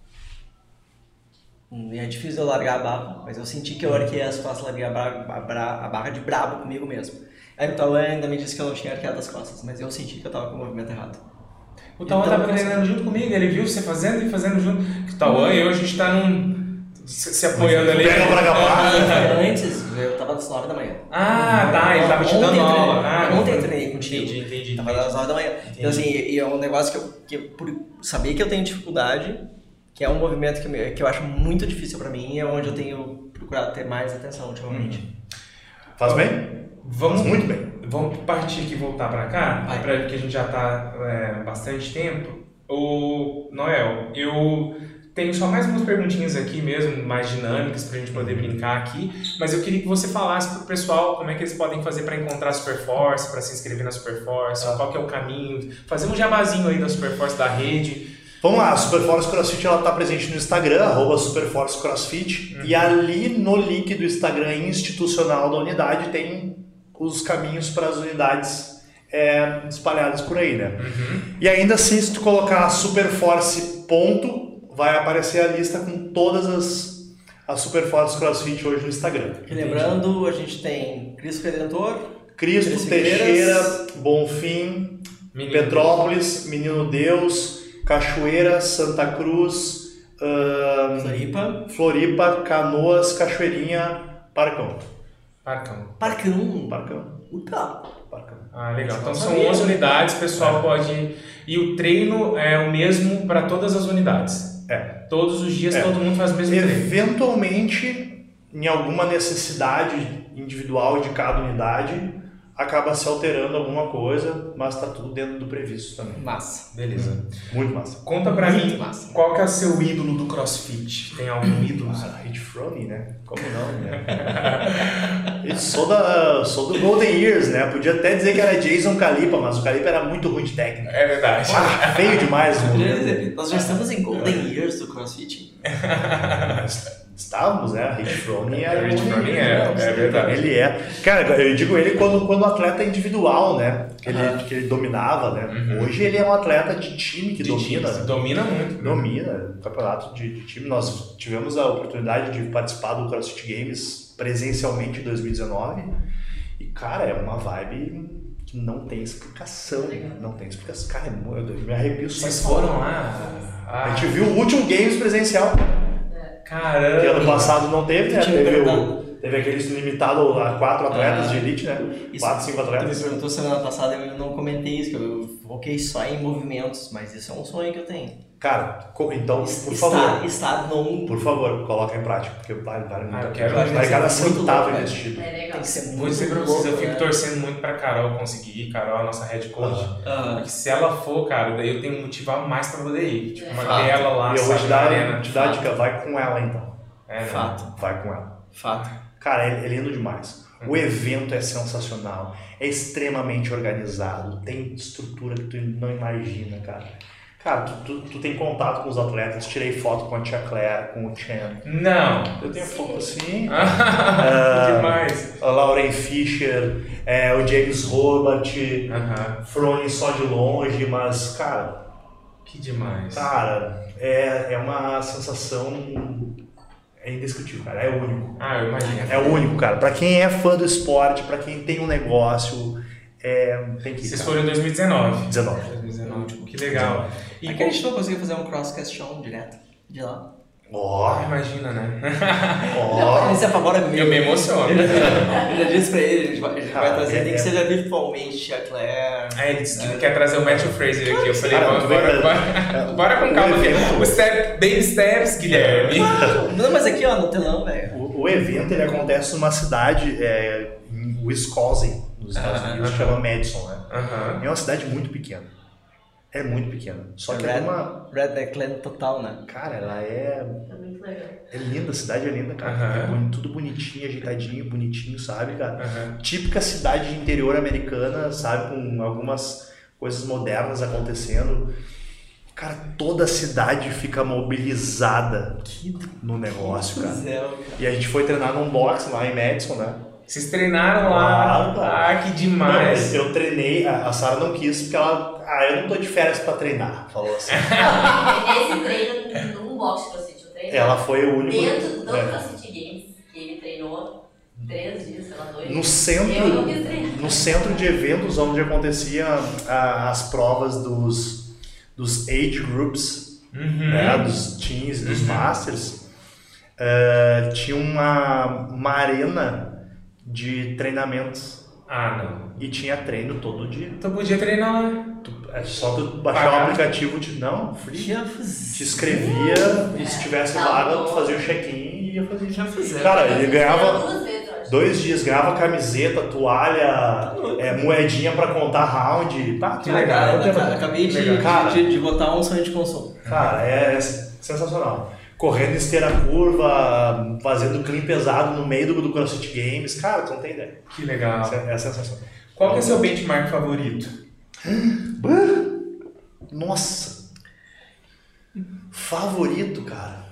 S3: E é difícil eu largar a barra, mas eu senti que eu arqueei as costas, larguei a barra, a barra, a barra de brabo comigo mesmo. Aí o Tauan ainda me disse que eu não tinha arqueado as costas, mas eu senti que eu tava com o movimento errado.
S1: O Tauan
S3: Então,
S1: tava treinando junto comigo, ele viu você fazendo e fazendo junto. O Tauan e eu, a gente tá num... se, se apoiando ali.
S2: Pega pra capar.
S3: Antes, eu tava às nove da manhã.
S1: Ah, tá, ele tava te dando
S3: Ontem eu treinei-
S1: aula. Ah,
S3: Ontem eu
S1: não.
S3: treinei contigo.
S1: Entendi, entendi.
S3: Tava às nove da manhã.
S1: Entendi.
S3: Então assim, e é um negócio que eu, que eu, por saber que eu tenho dificuldade, que é um movimento que, me- que eu acho muito difícil pra mim, é onde eu tenho procurado ter mais atenção ultimamente.
S2: Faz bem?
S1: Vamos,
S2: Faz muito bem.
S1: Vamos partir aqui e voltar pra cá,
S3: Vai.
S1: pra, porque a gente já tá é, bastante tempo. O Noel, eu tenho só mais umas perguntinhas aqui mesmo, mais dinâmicas pra gente poder brincar aqui, mas eu queria que você falasse pro pessoal como é que eles podem fazer pra encontrar a Superforce, pra se inscrever na Superforce,
S2: Ah.
S1: qual que é o caminho, fazer um jabazinho aí da Superforce, da rede.
S2: Vamos lá, a Superforce CrossFit ela está presente no Instagram, arroba Superforce CrossFit,
S1: Uhum.
S2: e ali no link do Instagram institucional da unidade tem os caminhos para as unidades é, espalhadas por aí, né?
S1: Uhum.
S2: E ainda assim, se tu colocar Superforce ponto, vai aparecer a lista com todas as, as Superforce CrossFit hoje no Instagram.
S3: E lembrando, a gente tem Cristo Redentor,
S2: Cristo,
S3: Três
S2: Teixeira,
S3: Figueiras,
S2: Bonfim,
S1: Menino.
S2: Petrópolis, Menino Deus, Cachoeira, Santa Cruz, ahn,
S3: Floripa,
S2: Floripa, Canoas, Cachoeirinha, Parcão.
S1: Parcão.
S3: Parcão.
S2: Parcão.
S3: Puta.
S2: Parcão.
S1: Ah, legal. Então
S3: Não
S1: são
S3: sabia.
S1: onze unidades, o pessoal pode ir. E o treino é o mesmo para todas as unidades.
S2: É.
S1: Todos os dias
S2: É.
S1: todo mundo faz o mesmo treino.
S2: Eventualmente, em alguma necessidade individual de cada unidade, acaba se alterando alguma coisa, mas está tudo dentro do previsto também.
S3: Massa.
S1: Beleza.
S2: Muito massa.
S1: Conta pra
S3: Muito
S1: mim,
S3: massa.
S1: qual que é o seu ídolo do CrossFit? Tem algum ídolo?
S2: Ah, Hit Froning, né? Como não, né? Eu sou, da, sou do Golden Years, né? Podia até dizer que era Jason Calipa, mas o Calipa era muito ruim de técnica.
S1: É verdade.
S2: Ah, feio demais o
S3: Quer
S2: movimento.
S3: dizer, Nós já estamos em Golden Years do CrossFit.
S2: Estávamos, né? Hit Froning era.
S1: Hit Froning é, é verdade.
S2: Ele é. Cara, eu digo ele quando, quando o atleta é individual, né? Que ele,
S3: Aham.
S2: que ele dominava, né?
S1: Uhum.
S2: Hoje ele é um atleta de time que
S1: De
S2: domina.
S1: time,
S2: né?
S1: domina muito.
S2: Domina, campeonato de, de time. Nós tivemos a oportunidade de participar do CrossFit Games presencialmente em dois mil e dezenove. E, cara, é uma vibe que não tem explicação. Não tem explicação. Cara, é mu- eu me arrepio só
S1: Vocês
S2: de falar.
S1: foram lá? Ah,
S2: A gente viu o último Games presencial.
S1: caramba.
S2: Que ano passado não teve, né?
S3: Tinha
S2: Teve,
S3: perguntado.
S2: o, teve aquele limitado a quatro atletas
S3: Ah,
S2: de elite, né?
S3: Isso.
S2: Quatro, cinco
S3: Tu me
S2: atletas.
S3: perguntou semana passada e eu não comentei isso, que eu foquei só em movimentos, mas isso é um sonho que eu tenho.
S2: Cara, co- então, por
S3: estar,
S2: favor,
S3: estar num...
S2: por favor, coloca em prática, porque vale, vale muito.
S1: Ah, eu
S2: a
S1: quero-
S2: pena. Vai cada
S3: vai ser muito
S2: centavo
S3: louco,
S2: investido.
S4: É legal.
S3: Tem que ser
S1: Vou
S3: muito
S1: dizer pra
S3: louco,
S1: vocês, eu fico
S3: né?
S1: torcendo muito pra Carol conseguir. Carol é a nossa head coach.
S2: Aham.
S3: Ah,
S1: Porque se ela for, cara, daí eu tenho um motivo a mais pra poder ir. Tipo,
S4: É.
S1: manter
S3: Fato.
S1: ela lá,
S2: E eu vou
S1: sabe,
S2: te
S1: na
S2: dar,
S1: arena.
S2: te dar a dica, vai com ela então.
S1: É, né?
S3: fato,
S2: Vai com ela.
S3: fato.
S2: Cara, é, é lindo demais.
S1: Uhum.
S2: O evento é sensacional, é extremamente organizado, tem estrutura que tu não imagina, cara. Cara, tu, tu, tu tem contato com os atletas, tirei foto com a tia Claire, com o Chan.
S1: Não.
S2: Eu tenho foto assim.
S1: Ah, demais.
S2: A Lauren Fisher, é, o James Hobart,
S1: Aham.
S2: Froning só de longe, mas, cara,
S1: Que demais.
S2: cara, é, é uma sensação é indescritível, cara, é único.
S1: Ah, eu imagino.
S2: É único, cara. Pra quem é fã do esporte, pra quem tem um negócio, é, tem que ir.
S1: Vocês
S2: cara.
S1: foram em dois mil e dezenove.
S2: dezenove.
S1: dois mil e dezenove, tipo, que legal. E
S3: É que a gente não conseguiu fazer um crosscast on direto de lá.
S2: Ó,
S1: Ah, imagina, né?
S2: ó.
S3: Ele se apavora comigo.
S1: Eu me emociono.
S3: Ele, eu já disse pra ele, a gente vai, a gente vai
S2: Cara,
S3: trazer,
S2: é-
S3: nem que seja virtualmente, a Claire.
S1: Aí ele disse que quer trazer o Matthew Fraser aqui. Eu falei,
S2: Cara,
S1: bora,
S2: tu
S1: bora,
S2: vê,
S1: bora, bora com calma aqui.
S2: evento-
S1: O step, baby steps, Guilherme.
S3: Não, mas aqui ó, no telão, velho.
S2: O, o evento ele acontece numa cidade é, em Wisconsin, nos Estados
S1: Aham,
S2: Unidos, que
S1: aham.
S2: chama Madison, né?
S1: Aham.
S2: É uma cidade muito pequena. É muito pequena. Só que
S3: Red,
S2: é uma...
S3: Redneck Land total, né?
S2: Cara, ela é...
S4: É muito legal.
S2: É linda, a cidade é linda, cara.
S1: Aham.
S2: É boni- tudo bonitinho, ajeitadinho, bonitinho, sabe, cara?
S1: Aham.
S2: Típica cidade de interior americana, sabe? Com algumas coisas modernas acontecendo. Cara, toda a cidade fica mobilizada no negócio, cara.
S3: Céu, cara.
S2: E a gente foi treinar num box lá em Madison, né?
S1: Vocês treinaram lá?
S2: Claro, cara.
S1: Ah, que demais.
S2: Não, eu treinei, a a Sara não quis, porque ela... Ah, eu não tô de férias pra treinar, falou assim.
S4: Esse treino num box CrossFit, eu treinei.
S2: Ela foi o único...
S4: Dentro do
S2: é.
S4: CrossFit Games, que ele treinou três dias, sei lá, dois.
S2: No
S4: Eu não
S2: centro,
S4: quis treinar.
S2: no centro de eventos onde acontecia ah, as provas dos, dos age groups,
S1: Uhum.
S2: né, dos teens e dos masters, eh, tinha uma, uma arena de treinamento
S1: Ah, não.
S2: e tinha treino todo dia.
S1: Então podia treinar lá.
S2: Tu- é só tu baixar
S1: Pagar.
S2: o aplicativo de não, free,
S3: Já
S2: te
S3: fiz.
S2: inscrevia e se tivesse
S4: Tá
S2: vaga,
S4: bom.
S2: tu fazia o check-in e ia fazer.
S3: Já fizeram.
S2: Cara, ele ganhava
S4: Duas vezes, eu acho.
S2: dois dias, ganhava camiseta, toalha, é, moedinha pra contar round. Tá,
S1: Que legal,
S2: cara,
S3: Cara,
S2: eu tenho-
S3: cara, acabei de,
S1: Legal.
S2: Cara.
S3: de, de botar um sonho de consumo.
S2: Cara, é, é sensacional. Correndo esteira curva, fazendo clean pesado no meio do, do CrossFit Games. Cara, tu não tem ideia.
S1: Que legal.
S2: É, é sensacional.
S1: Qual que é o seu benchmark favorito?
S2: Nossa! Favorito, cara.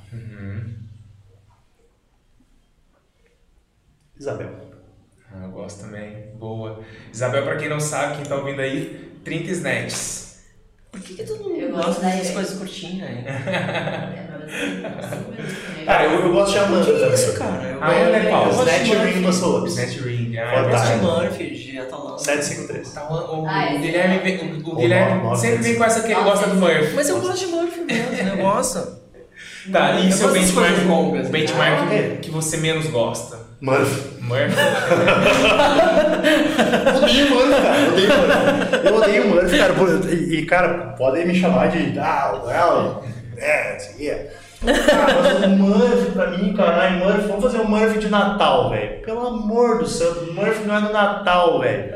S2: Isabel.
S1: Ah, eu gosto também. Boa. Isabel, pra quem não sabe, quem tá ouvindo aí, trinta snatches.
S3: Por que, que tu não
S4: Eu
S3: gosta
S4: gosto
S3: dessas
S4: da-
S3: coisas curtinhas, hein?
S4: É, mas assim, cinco minutos também.
S2: Cara, eu, eu gosto de Amanda
S3: Que
S2: também.
S3: isso, cara? Eu,
S1: Ah, é legal.
S3: eu gosto de
S2: Snatch Ring
S3: Murphy.
S2: Muscle Ups.
S1: Snatch ring. Ah,
S2: Fora
S3: Eu gosto de
S2: Tá.
S3: Murphy, de Atalanta.
S2: sete cinco três.
S1: Tá, o, o,
S4: Ah,
S1: o
S4: esse
S1: Guilherme,
S4: é.
S1: vem- o, o
S2: O
S1: Guilherme
S2: nove, nove,
S1: sempre vem com essa que ele
S4: nove,
S1: gosta do Murphy.
S3: Mas eu gosto de Murphy mesmo, eu gosto.
S1: Tá, e
S3: Eu
S1: seu
S3: gosto das
S1: benchmark,
S3: coisas longas.
S1: o benchmark
S2: Ah, é.
S1: que você menos gosta?
S2: Murphy.
S1: Murphy?
S2: Odeio Murphy, cara. Odeio Murphy. Eu odeio Murphy, cara. por- E, e, cara, podem me chamar de. Ah, well, é, isso aqui é. Cara, mas o Murphy pra mim, caralho, Murphy, vamos fazer um Murphy de Natal, velho. Pelo amor do céu, Murphy não é no Natal, velho.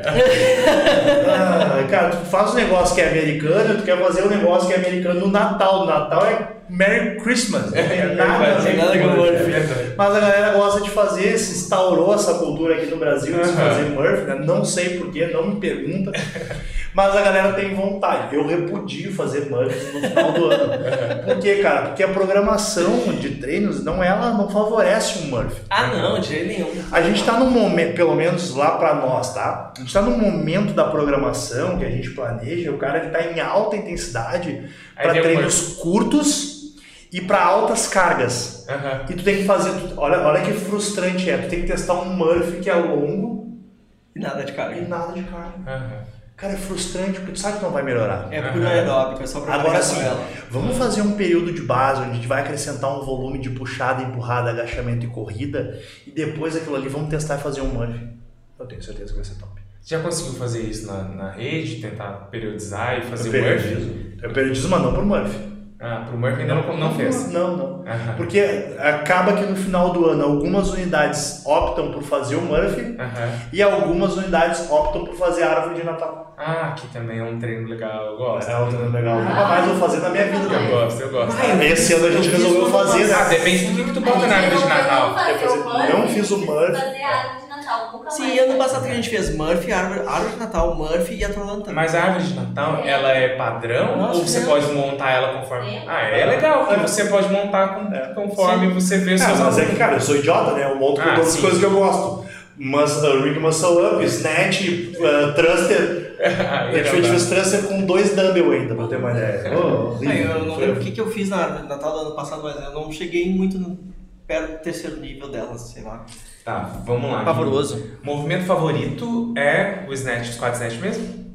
S2: Ah, cara, tu faz um negócio que é americano, tu quer fazer um negócio que é americano no Natal. No Natal é Merry Christmas. Não tem nada a ver
S3: nada com
S2: com
S3: Murphy.
S2: Murphy.
S1: É verdade.
S2: Mas a galera gosta de fazer, se instaurou essa cultura aqui no Brasil de se
S1: Aham.
S2: fazer Murphy, né? Não sei porquê, não me pergunta, mas a galera tem vontade. Eu repudio fazer Murphy no final do ano. Por quê, cara? Porque a programação de treinos, não, ela não favorece um Murphy.
S3: Ah, não, de jeito nenhum.
S2: A gente tá num momento, pelo menos lá pra nós, tá? A gente tá num momento da programação que a gente planeja, o cara ele tá em alta intensidade
S1: Aí
S2: para
S1: vem o
S2: treinos curtos e para altas cargas.
S1: Aham.
S2: E tu tem que fazer, tu- olha, olha que frustrante é, tu tem que testar um Murphy que é longo
S3: E nada de
S2: e
S3: carga.
S2: nada de carga.
S1: Aham.
S2: Cara, é frustrante porque tu sabe que não vai melhorar.
S3: É puro aeróbico, é só pra
S2: Agora
S3: marcar
S2: sim,
S3: tabela.
S2: vamos fazer um período de base onde a gente vai acrescentar um volume de puxada, empurrada, agachamento e corrida e depois aquilo ali vamos testar e fazer um Murphy. Eu tenho certeza que vai ser top.
S1: Já conseguiu fazer isso na, na rede? Tentar periodizar e fazer
S2: Eu
S1: o Murphy?
S2: periodizo. Eu periodizo, mas não por Murphy.
S1: Ah, pro Murphy ainda não, não fez.
S2: Não, não.
S1: Aham.
S2: Porque acaba que no final do ano algumas unidades optam por fazer o Murphy
S1: Aham.
S2: e algumas unidades optam por fazer a árvore de Natal.
S1: Ah, aqui também é um treino legal, eu gosto.
S2: É um treino legal. Nunca mais vou fazer na minha vida
S1: Eu
S2: também.
S1: gosto, eu gosto.
S2: Esse ano a gente resolveu fazer,
S1: Ah,
S2: né?
S1: depende do que, que tu bota na árvore de Natal.
S2: Eu fazer- não fiz o Murphy.
S4: Fazer a árvore de Natal, nunca mais.
S3: Sim, ano passado que a gente fez Murphy, árvore, árvore de Natal, Murphy e Atalanta.
S1: Mas a árvore de Natal, ela é padrão
S3: Nossa,
S1: ou você
S3: não.
S1: pode montar ela conforme...
S4: Sim.
S1: Ah, é legal, porque você pode montar com-
S2: É.
S1: conforme você vê os
S2: Ah,
S1: seus
S2: mas é
S1: alunos.
S2: que, cara, eu sou idiota, né? Eu monto com
S1: Ah,
S2: todas as
S1: sim.
S2: coisas que eu gosto. Mas uh, Rig Muscle Up, Snatch, uh, Thruster.
S1: Ah,
S2: A gente fez fez Thruster com dois dumbbell ainda, pra ter uma ideia. Oh,
S3: Ah, eu não
S2: horrível.
S3: lembro o que, que eu fiz na árvore de Natal do ano passado, mas eu não cheguei muito no, perto do terceiro nível delas, sei lá.
S1: Tá, vamos lá.
S3: Pavoroso.
S1: Movimento favorito é o snatch, o squat snatch mesmo?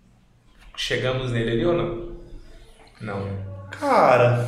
S1: Chegamos nele ali ou não? Não.
S2: Cara.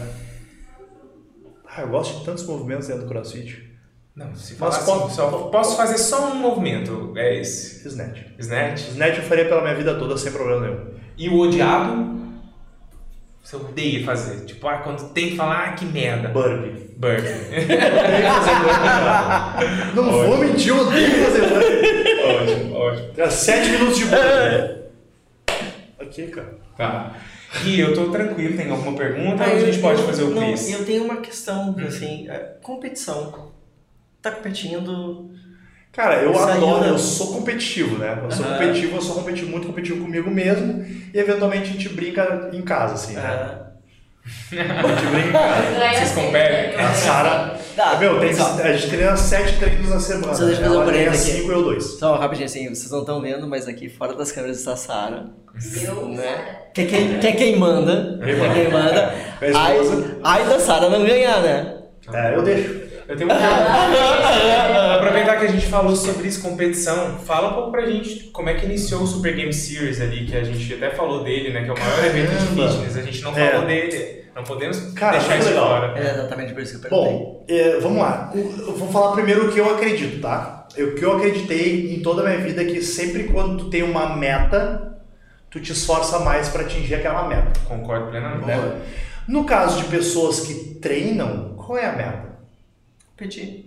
S2: Ah, eu gosto de tantos movimentos dentro do CrossFit.
S1: Não, se falar
S2: Mas
S1: assim,
S2: pode-
S1: só posso fazer só um movimento, é esse.
S2: Snatch.
S1: Snatch.
S2: Snatch eu faria pela minha vida toda sem problema nenhum.
S1: E o odiado, você odeia fazer. Tipo, ah, quando tem que falar, ah, que merda.
S2: Burpee.
S1: Burpee.
S2: Eu odeio fazer burpee, cara. Não vou mentir, eu odeio fazer burpee.
S1: Ótimo, ótimo.
S2: É sete minutos de burpee. Aqui, cara.
S1: Tá. Gui, eu tô tranquilo, tem alguma pergunta
S3: Ah,
S1: ou a gente
S3: eu-
S1: pode
S3: eu-
S1: fazer o
S3: não,
S1: quiz?
S3: Eu tenho uma questão, assim, é, competição. Tá competindo...
S2: Cara, eu
S3: Saiu
S2: adoro,
S3: da-
S2: eu sou competitivo, né? Eu sou
S3: Aham.
S2: competitivo, eu sou competitivo, muito competitivo comigo mesmo e eventualmente a gente brinca em casa, assim, né?
S3: Ah,
S2: A gente brinca em casa.
S4: Ganha
S1: Vocês competem?
S2: A Sara.
S3: Tá,
S2: meu, tem,
S3: só-
S2: a gente treina sete treinos na semana.
S3: Só deixa eu fazer
S2: Ela
S3: um
S2: treina
S3: parênteses aqui.
S2: cinco e eu dois.
S3: Só rapidinho assim, vocês não estão vendo, mas aqui fora das câmeras está a Sara.
S4: Eu,
S3: Né? Que é quem, que é quem manda. Que é quem manda.
S2: Minha
S3: Ai,
S2: esposa.
S3: ai da Sara não ganhar, né?
S2: É, eu deixo.
S1: Eu tenho uma pergunta. Aproveitar que a gente falou sobre isso, competição, fala um pouco pra gente como é que iniciou o Super Game Series ali, que a gente até falou dele, né? Que é o maior evento de
S2: Caramba.
S1: fitness. A gente não
S2: É.
S1: falou dele. Não podemos
S2: Cara,
S1: deixar
S2: muito
S1: isso de
S2: legal.
S1: fora.
S3: É exatamente por isso que eu perguntei.
S2: Bom, é, vamos lá. Eu vou falar primeiro o que eu acredito, tá? O que eu acreditei em toda a minha vida é que sempre quando tu tem uma meta, tu te esforça mais para atingir aquela meta.
S1: Concordo plenamente.
S2: Né? No caso de pessoas que treinam, qual é a meta?
S3: Competir.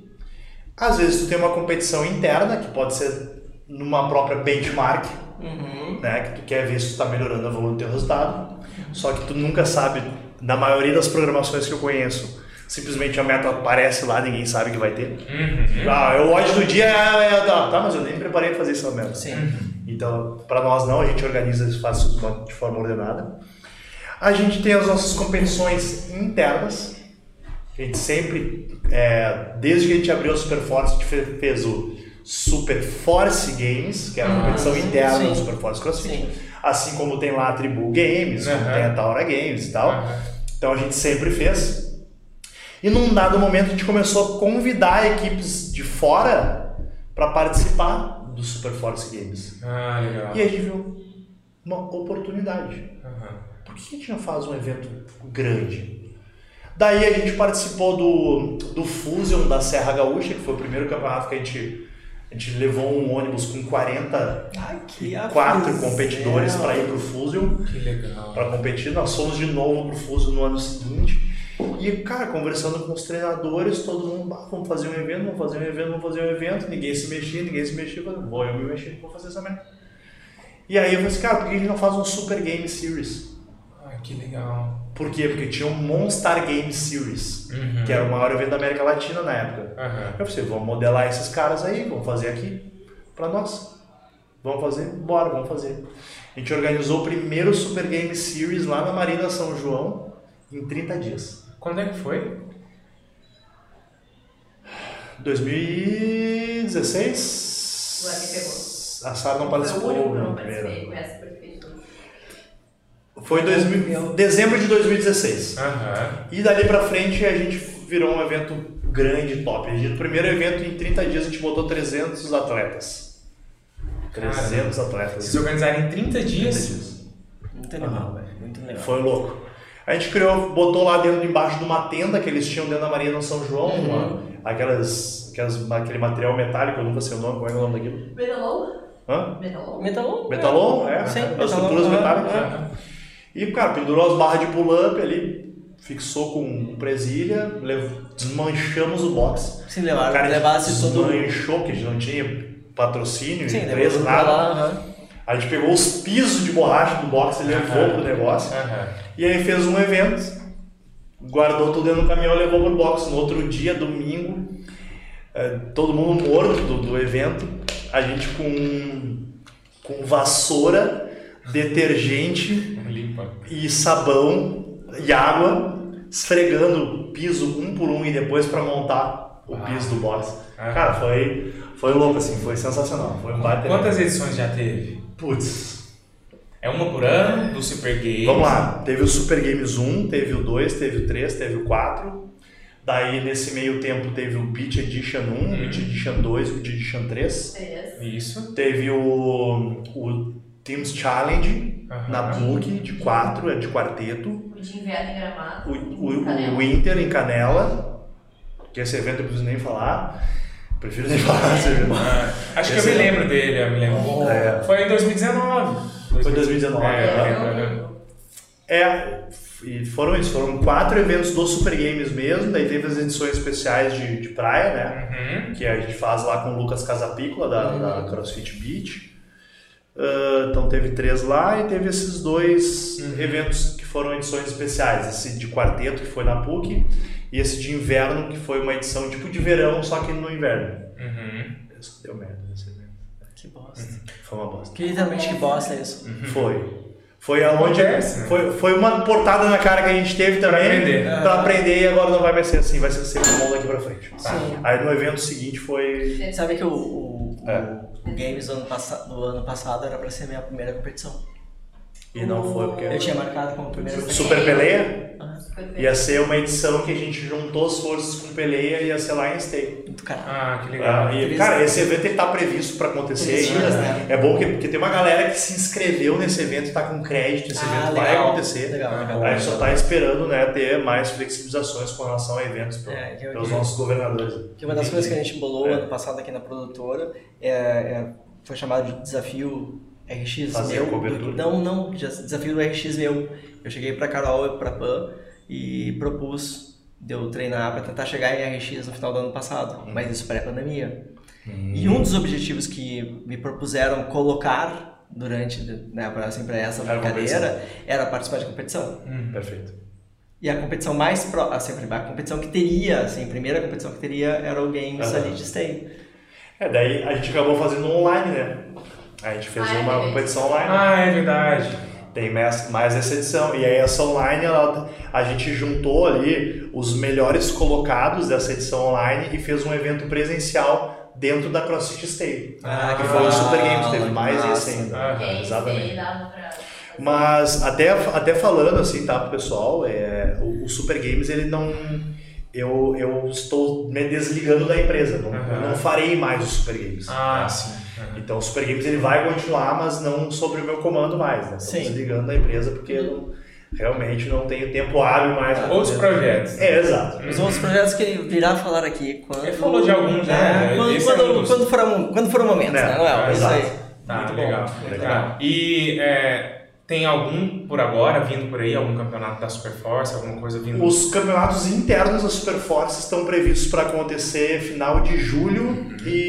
S2: Às vezes tu tem uma competição interna, que pode ser numa própria benchmark,
S3: Uhum.
S2: né? Que tu quer ver se tu está melhorando a evolução do teu resultado. Só que tu nunca sabe, na maioria das programações que eu conheço, simplesmente a meta aparece lá, ninguém sabe que vai ter.
S1: Uhum.
S2: Ah, o ódio do dia é, é tá, tá, mas eu nem preparei para fazer essa meta.
S3: Sim.
S2: Então, para nós não, a gente organiza isso, faz isso de uma- de forma ordenada. A gente tem as nossas competições internas. A gente sempre, é, desde que a gente abriu a Super Force, a gente fe- fez o Super Force Games, que é a
S3: Ah,
S2: competição
S3: sim,
S2: interna
S3: sim.
S2: do Super Force CrossFit.
S3: Sim.
S2: Assim como tem lá a Tribu Games, como
S1: Aham.
S2: tem a Taura Games e tal.
S1: Aham.
S2: Então a gente sempre fez. E num dado momento a gente começou a convidar equipes de fora para participar do Super Force Games.
S1: Ah, legal.
S2: E aí a gente viu uma oportunidade.
S1: Aham.
S2: Por que a gente não faz um evento grande? Daí a gente participou do, do Fusion da Serra Gaúcha, que foi o primeiro campeonato que a gente, a gente levou um ônibus com quarenta
S3: Ai, que
S2: quatro
S3: aflição.
S2: competidores para ir pro Fusion,
S1: Que legal.
S2: para competir. Nós fomos de novo pro Fusion no ano seguinte. E, cara, conversando com os treinadores, todo mundo, ah, vamos fazer um evento, vamos fazer um evento, vamos fazer um evento. Ninguém se mexia, ninguém se mexia. Eu falei, vou eu me mexer, vou fazer essa merda. E aí eu falei assim, cara, por que a gente não faz um Super Game Series?
S1: Ah, que legal.
S2: Por quê? Porque tinha o Monster Game Series,
S1: Uhum.
S2: que era o maior evento da América Latina na época.
S1: Aham.
S2: Eu pensei, vamos modelar esses caras aí, vamos fazer aqui pra nós. Vamos fazer? Bora, vamos fazer. A gente organizou o primeiro Super Game Series lá na Marina São João em trinta dias.
S1: Quando é que foi?
S2: dois mil e dezesseis?
S4: Agora me pegou.
S2: A Sara não
S4: Foi o
S2: participou
S4: único que eu
S2: no
S4: não
S2: primeiro.
S4: participei com essa prefeitura.
S2: Foi dois mil, dezembro de dois mil e dezesseis.
S1: Aham.
S2: E dali pra frente a gente virou um evento grande, top. A gente, no primeiro evento, em trinta dias, a gente botou trezentos atletas. trezentos atletas.
S1: Vocês organizaram em trinta
S2: trinta
S1: dias?
S2: dias.
S3: Muito legal, velho. Muito legal.
S2: Foi louco. A gente criou, botou lá dentro, embaixo de uma tenda que eles tinham dentro da Marina São João,
S3: Uhum.
S2: uma- aquelas, aquelas, aquele material metálico, eu nunca sei o nome, qual é o nome daquilo?
S4: Metalon?
S2: Hã?
S4: Metalon?
S3: Metalon?
S2: Metalon? É,
S3: Sim,
S2: as
S3: metalon,
S2: estruturas
S3: aham,
S2: metálicas.
S1: Aham.
S2: E, cara, pendurou as barras de pull-up ali, fixou com presilha, lev- desmanchamos o box.
S3: Sim,
S2: O
S3: levaram,
S2: cara
S3: levasse todo...
S2: desmanchou, que a gente não tinha patrocínio,
S3: Sim,
S2: empresa,
S3: levou pra
S2: nada.
S3: lá, aham.
S2: A gente pegou os pisos de borracha do box e levou
S1: Aham.
S2: pro negócio.
S1: Aham.
S2: E aí fez um evento, guardou tudo dentro do caminhão e levou pro box. No outro dia, domingo, eh, todo mundo morto do, do evento, a gente com, com vassoura, detergente
S1: Limpa.
S2: e sabão e água, esfregando o piso um por um e depois para montar o
S1: Ah.
S2: piso do box.
S1: Ah.
S2: Cara, foi, foi louco assim, foi sensacional. Foi um baita
S1: Quantas
S2: evento.
S1: edições já teve?
S2: Putz.
S1: É uma por ano do Super Games?
S2: Vamos lá, teve o Super Games um, teve o dois, teve o três, teve o quatro. Daí nesse meio tempo teve o Beach Edition um,
S1: Hum.
S2: o Beach Edition dois, o Beach Edition três.
S4: Três.
S1: Isso.
S2: Teve o, o Teams Challenge
S1: Aham.
S2: na Book de quatro, é de quarteto.
S4: O de inverno em Gramado.
S2: O, o,
S4: Canela.
S2: o Winter em Canela, que esse evento eu preciso nem falar. Prefiro nem falar desse evento.
S1: Ah, acho que
S2: Esse
S1: eu me
S2: é-
S1: lembro dele, eu me lembro.
S2: É.
S1: Foi em dois mil e dezenove.
S2: Foi dois mil e dezenove.
S1: É, eu
S2: né?
S1: lembro, eu
S2: É, e foram isso, foram quatro eventos do Super Games mesmo, daí teve as edições especiais de, de praia, né?
S1: lembro. Uhum.
S2: Que a gente faz lá com o Lucas Casapícola, da,
S3: Uhum.
S2: da CrossFit Beach. Uh, então teve três lá e teve esses dois
S1: uhum.
S2: eventos que foram edições especiais. Esse de quarteto, que foi na P U C, e esse de inverno, que foi uma edição tipo de verão, só que no inverno.
S1: Uhum.
S2: Isso deu merda nesse evento.
S3: Que bosta.
S2: Uhum. Foi uma bosta.
S3: Que literalmente que bosta é isso.
S2: Uhum. Foi. Foi aonde
S1: Acontece, né?
S2: foi, foi uma portada na cara que a gente teve também.
S1: Pra aprender.
S2: Pra aprender, e agora não vai mais ser assim, vai ser sempre bom daqui pra frente.
S3: Sim.
S2: Aí no evento seguinte foi...
S3: Sabe que o, o,
S2: É.
S3: o Games do ano, passa, do ano passado era pra ser a minha primeira competição.
S2: E não foi porque...
S3: Eu tinha marcado como primeira
S2: Super Peleia?
S3: Ah,
S2: Ia ser uma edição que a gente juntou as forças com Peleia e ia ser lá em Stay.
S3: muito caralho.
S1: Ah, que legal.
S2: Ah, e, cara, esse evento ele tá previsto para acontecer
S3: Três
S2: ainda.
S3: dias, né?
S2: É bom que, porque tem uma galera que se inscreveu nesse evento e tá com crédito, esse
S3: Ah,
S2: evento
S3: legal.
S2: vai acontecer.
S3: Legal, legal.
S2: A gente só tá esperando, né, ter mais flexibilizações com relação a eventos pro,
S3: É, que eu-
S2: pelos
S3: que-
S2: nossos governadores.
S3: Que uma das coisas que a gente bolou
S2: É.
S3: ano passado aqui na produtora é, é- foi chamado de desafio R X
S2: Fazer
S3: meu.
S2: a cobertura.
S3: Não, não, desafio do R X meu. Eu cheguei pra Carol e pra Pan e propus de eu treinar pra tentar chegar em R X no final do ano passado,
S2: Hum.
S3: mas isso pré-pandemia. E um dos objetivos que me propuseram colocar durante, né, pra, assim, pra essa
S2: Era
S3: brincadeira era participar de competição.
S1: Uhum.
S2: Perfeito.
S3: E a competição mais pro, assim, a competição que teria, assim, a primeira competição que teria era o Games
S2: Aham.
S3: ali de Stay.
S2: É, daí a gente acabou fazendo online, né? A gente fez
S4: Ah, é
S2: uma
S4: verdade.
S2: competição online.
S1: Ah, é verdade.
S2: Tem mais, mais essa edição. E aí essa online, ela, a gente juntou ali os melhores colocados dessa edição online e fez um evento presencial dentro da CrossFit Stay.
S1: Ah,
S2: que foi o Super Games, teve
S3: que
S2: mais
S3: massa.
S2: esse ainda.
S1: Aham.
S2: Exatamente.
S4: Dava pra...
S2: Mas até, até falando assim, tá, pro pessoal, é, o, o Super Games, ele não... Eu, eu estou me desligando da empresa, não,
S1: Aham.
S2: eu não farei mais o Super Games.
S1: Ah,
S2: né?
S1: sim. Aham.
S2: Então o Super Games ele vai continuar, mas não sobre o meu comando mais, né? Estou
S3: Sim.
S2: desligando da empresa porque eu não, realmente não tenho tempo hábil mais. pra
S1: Outros
S2: fazer.
S1: projetos.
S2: É, exato.
S3: Os outros projetos que ele virá falar aqui quando...
S1: Ele falou de alguns, né?
S3: É, quando,
S1: Esse é
S3: quando,
S1: um dos-
S3: quando, for, um- quando for o momento,
S2: É,
S3: né? Não é?
S2: é,
S3: Isso aí.
S2: exato.
S1: Tá,
S3: Muito bom,
S1: legal.
S3: muito
S2: legal.
S1: Tá. E é, tem algum por agora vindo por aí, algum campeonato da Superforce, alguma coisa vindo?
S2: Os campeonatos internos da Superforce estão previstos para acontecer final de julho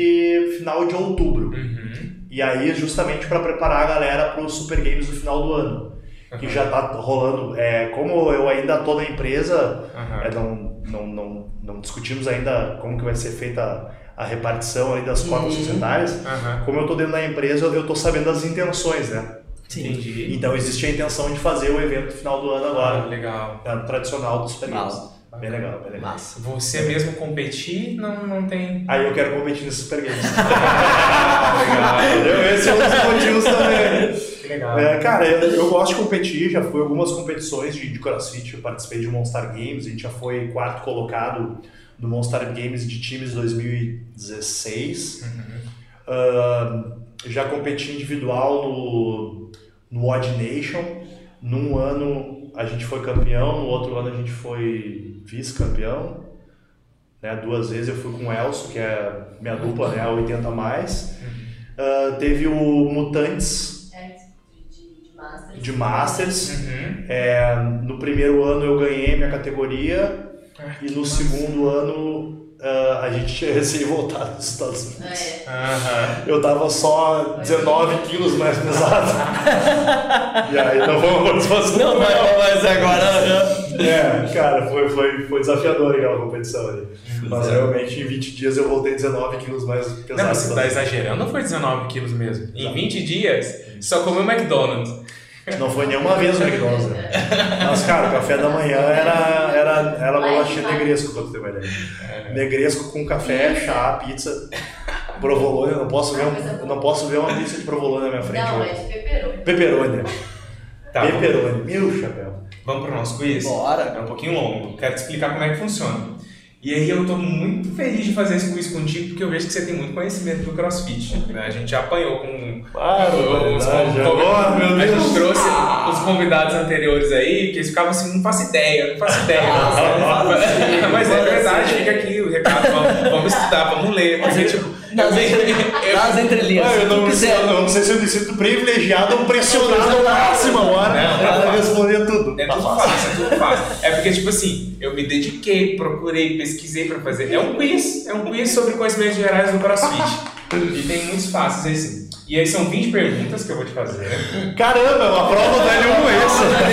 S2: e final de outubro.
S1: Uhum.
S2: E aí justamente para preparar a galera para os Super Games do final do ano. Que já tá rolando. É, como eu ainda estou na empresa,
S1: Aham.
S2: é, não, não, não, não discutimos ainda como que vai ser feita a repartição aí das cotas
S3: Uhum.
S2: societárias.
S1: Aham.
S2: Como eu estou dentro da empresa, eu estou sabendo das intenções, né?
S3: Sim.
S1: Entendi.
S2: Então existe a intenção de fazer o evento no final do ano
S1: Ah,
S2: agora,
S1: legal.
S2: é, tradicional dos Super Games.
S3: Massa.
S2: Bem legal, bem legal.
S3: Massa.
S1: Você mesmo competir, não, não tem...
S2: Aí eu quero competir nesses Super Games.
S1: Ah, legal.
S2: Esse é um dos motivos também.
S1: Que legal.
S2: É, cara, eu, eu gosto de competir, já fui em algumas competições de, de CrossFit, eu participei de Monster Games, a gente já foi quarto colocado no Monster Games de times dois mil e dezesseis.
S1: Uhum.
S2: Ah, já competi individual no, no Odd Nation. Num ano a gente foi campeão, no outro ano a gente foi vice-campeão. Né? Duas vezes eu fui com o Elcio, que é minha dupla, né? A oitenta a mais. Ah, teve o Mutantes
S4: É, de, de, de Masters.
S2: de Masters.
S1: Uhum.
S2: É, no primeiro ano eu ganhei minha categoria
S1: Ah,
S2: e no segundo ano ah, a gente tinha recém voltado dos Estados Unidos.
S4: É.
S1: Aham.
S2: Eu tava só dezenove quilos mais pesado. E aí não foi uma participação.
S3: Não, mas, mas agora...
S2: É, cara, foi, foi, foi desafiador aquela competição ali. Mas realmente em vinte dias eu voltei dezenove quilos mais pesado.
S1: Não, mas você tá exagerando, não foi dezenove quilos mesmo. Em vinte dias, só comeu McDonald's.
S2: Não foi nenhuma vez no McDonald's, né? Mas, cara, o café da manhã era, era, era bolachinha negresco, pra tu ter uma ideia. Negresco com café, chá, pizza, provolone. Eu não posso ver, um, eu não posso ver uma pizza de provolone na minha frente
S4: Não, é
S2: hoje.
S4: de pepperoni.
S2: Pepperoni.
S1: Tá,
S2: Pepperoni. Meu chapéu.
S1: vamos pro nosso quiz?
S3: Bora.
S1: É um pouquinho longo, quero te explicar como é que funciona. E aí eu tô muito feliz de fazer esse quiz contigo, porque eu vejo que você tem muito conhecimento do CrossFit. Né? A gente já apanhou com...
S2: Claro,
S1: os,
S2: verdade.
S1: com-
S2: Agora, meu
S1: A
S2: Deus.
S1: gente trouxe os convidados anteriores aí, que eles ficavam assim, não faço ideia, não faço ideia. Mas é verdade, fica aqui o recado, vamos, vamos estudar, vamos ler. Porque, tipo,
S3: Nas,
S1: eu-
S3: entre...
S1: eu-
S3: Nas entrelinhas,
S2: Ah,
S3: se
S2: eu,
S3: tu
S2: não,
S3: quiser.
S2: eu não sei se eu me sinto privilegiado ou pressionado ao máximo agora
S1: Não, tá
S2: para
S1: fácil.
S2: responder tudo.
S1: É tudo fácil, é tudo fácil. É porque, tipo assim, eu me dediquei, procurei, pesquisei pra fazer. É um quiz, é um quiz sobre conhecimentos gerais do CrossFit. E tem muitos fáceis, assim. E aí são vinte perguntas que eu vou te fazer.
S2: Caramba, é uma prova do L um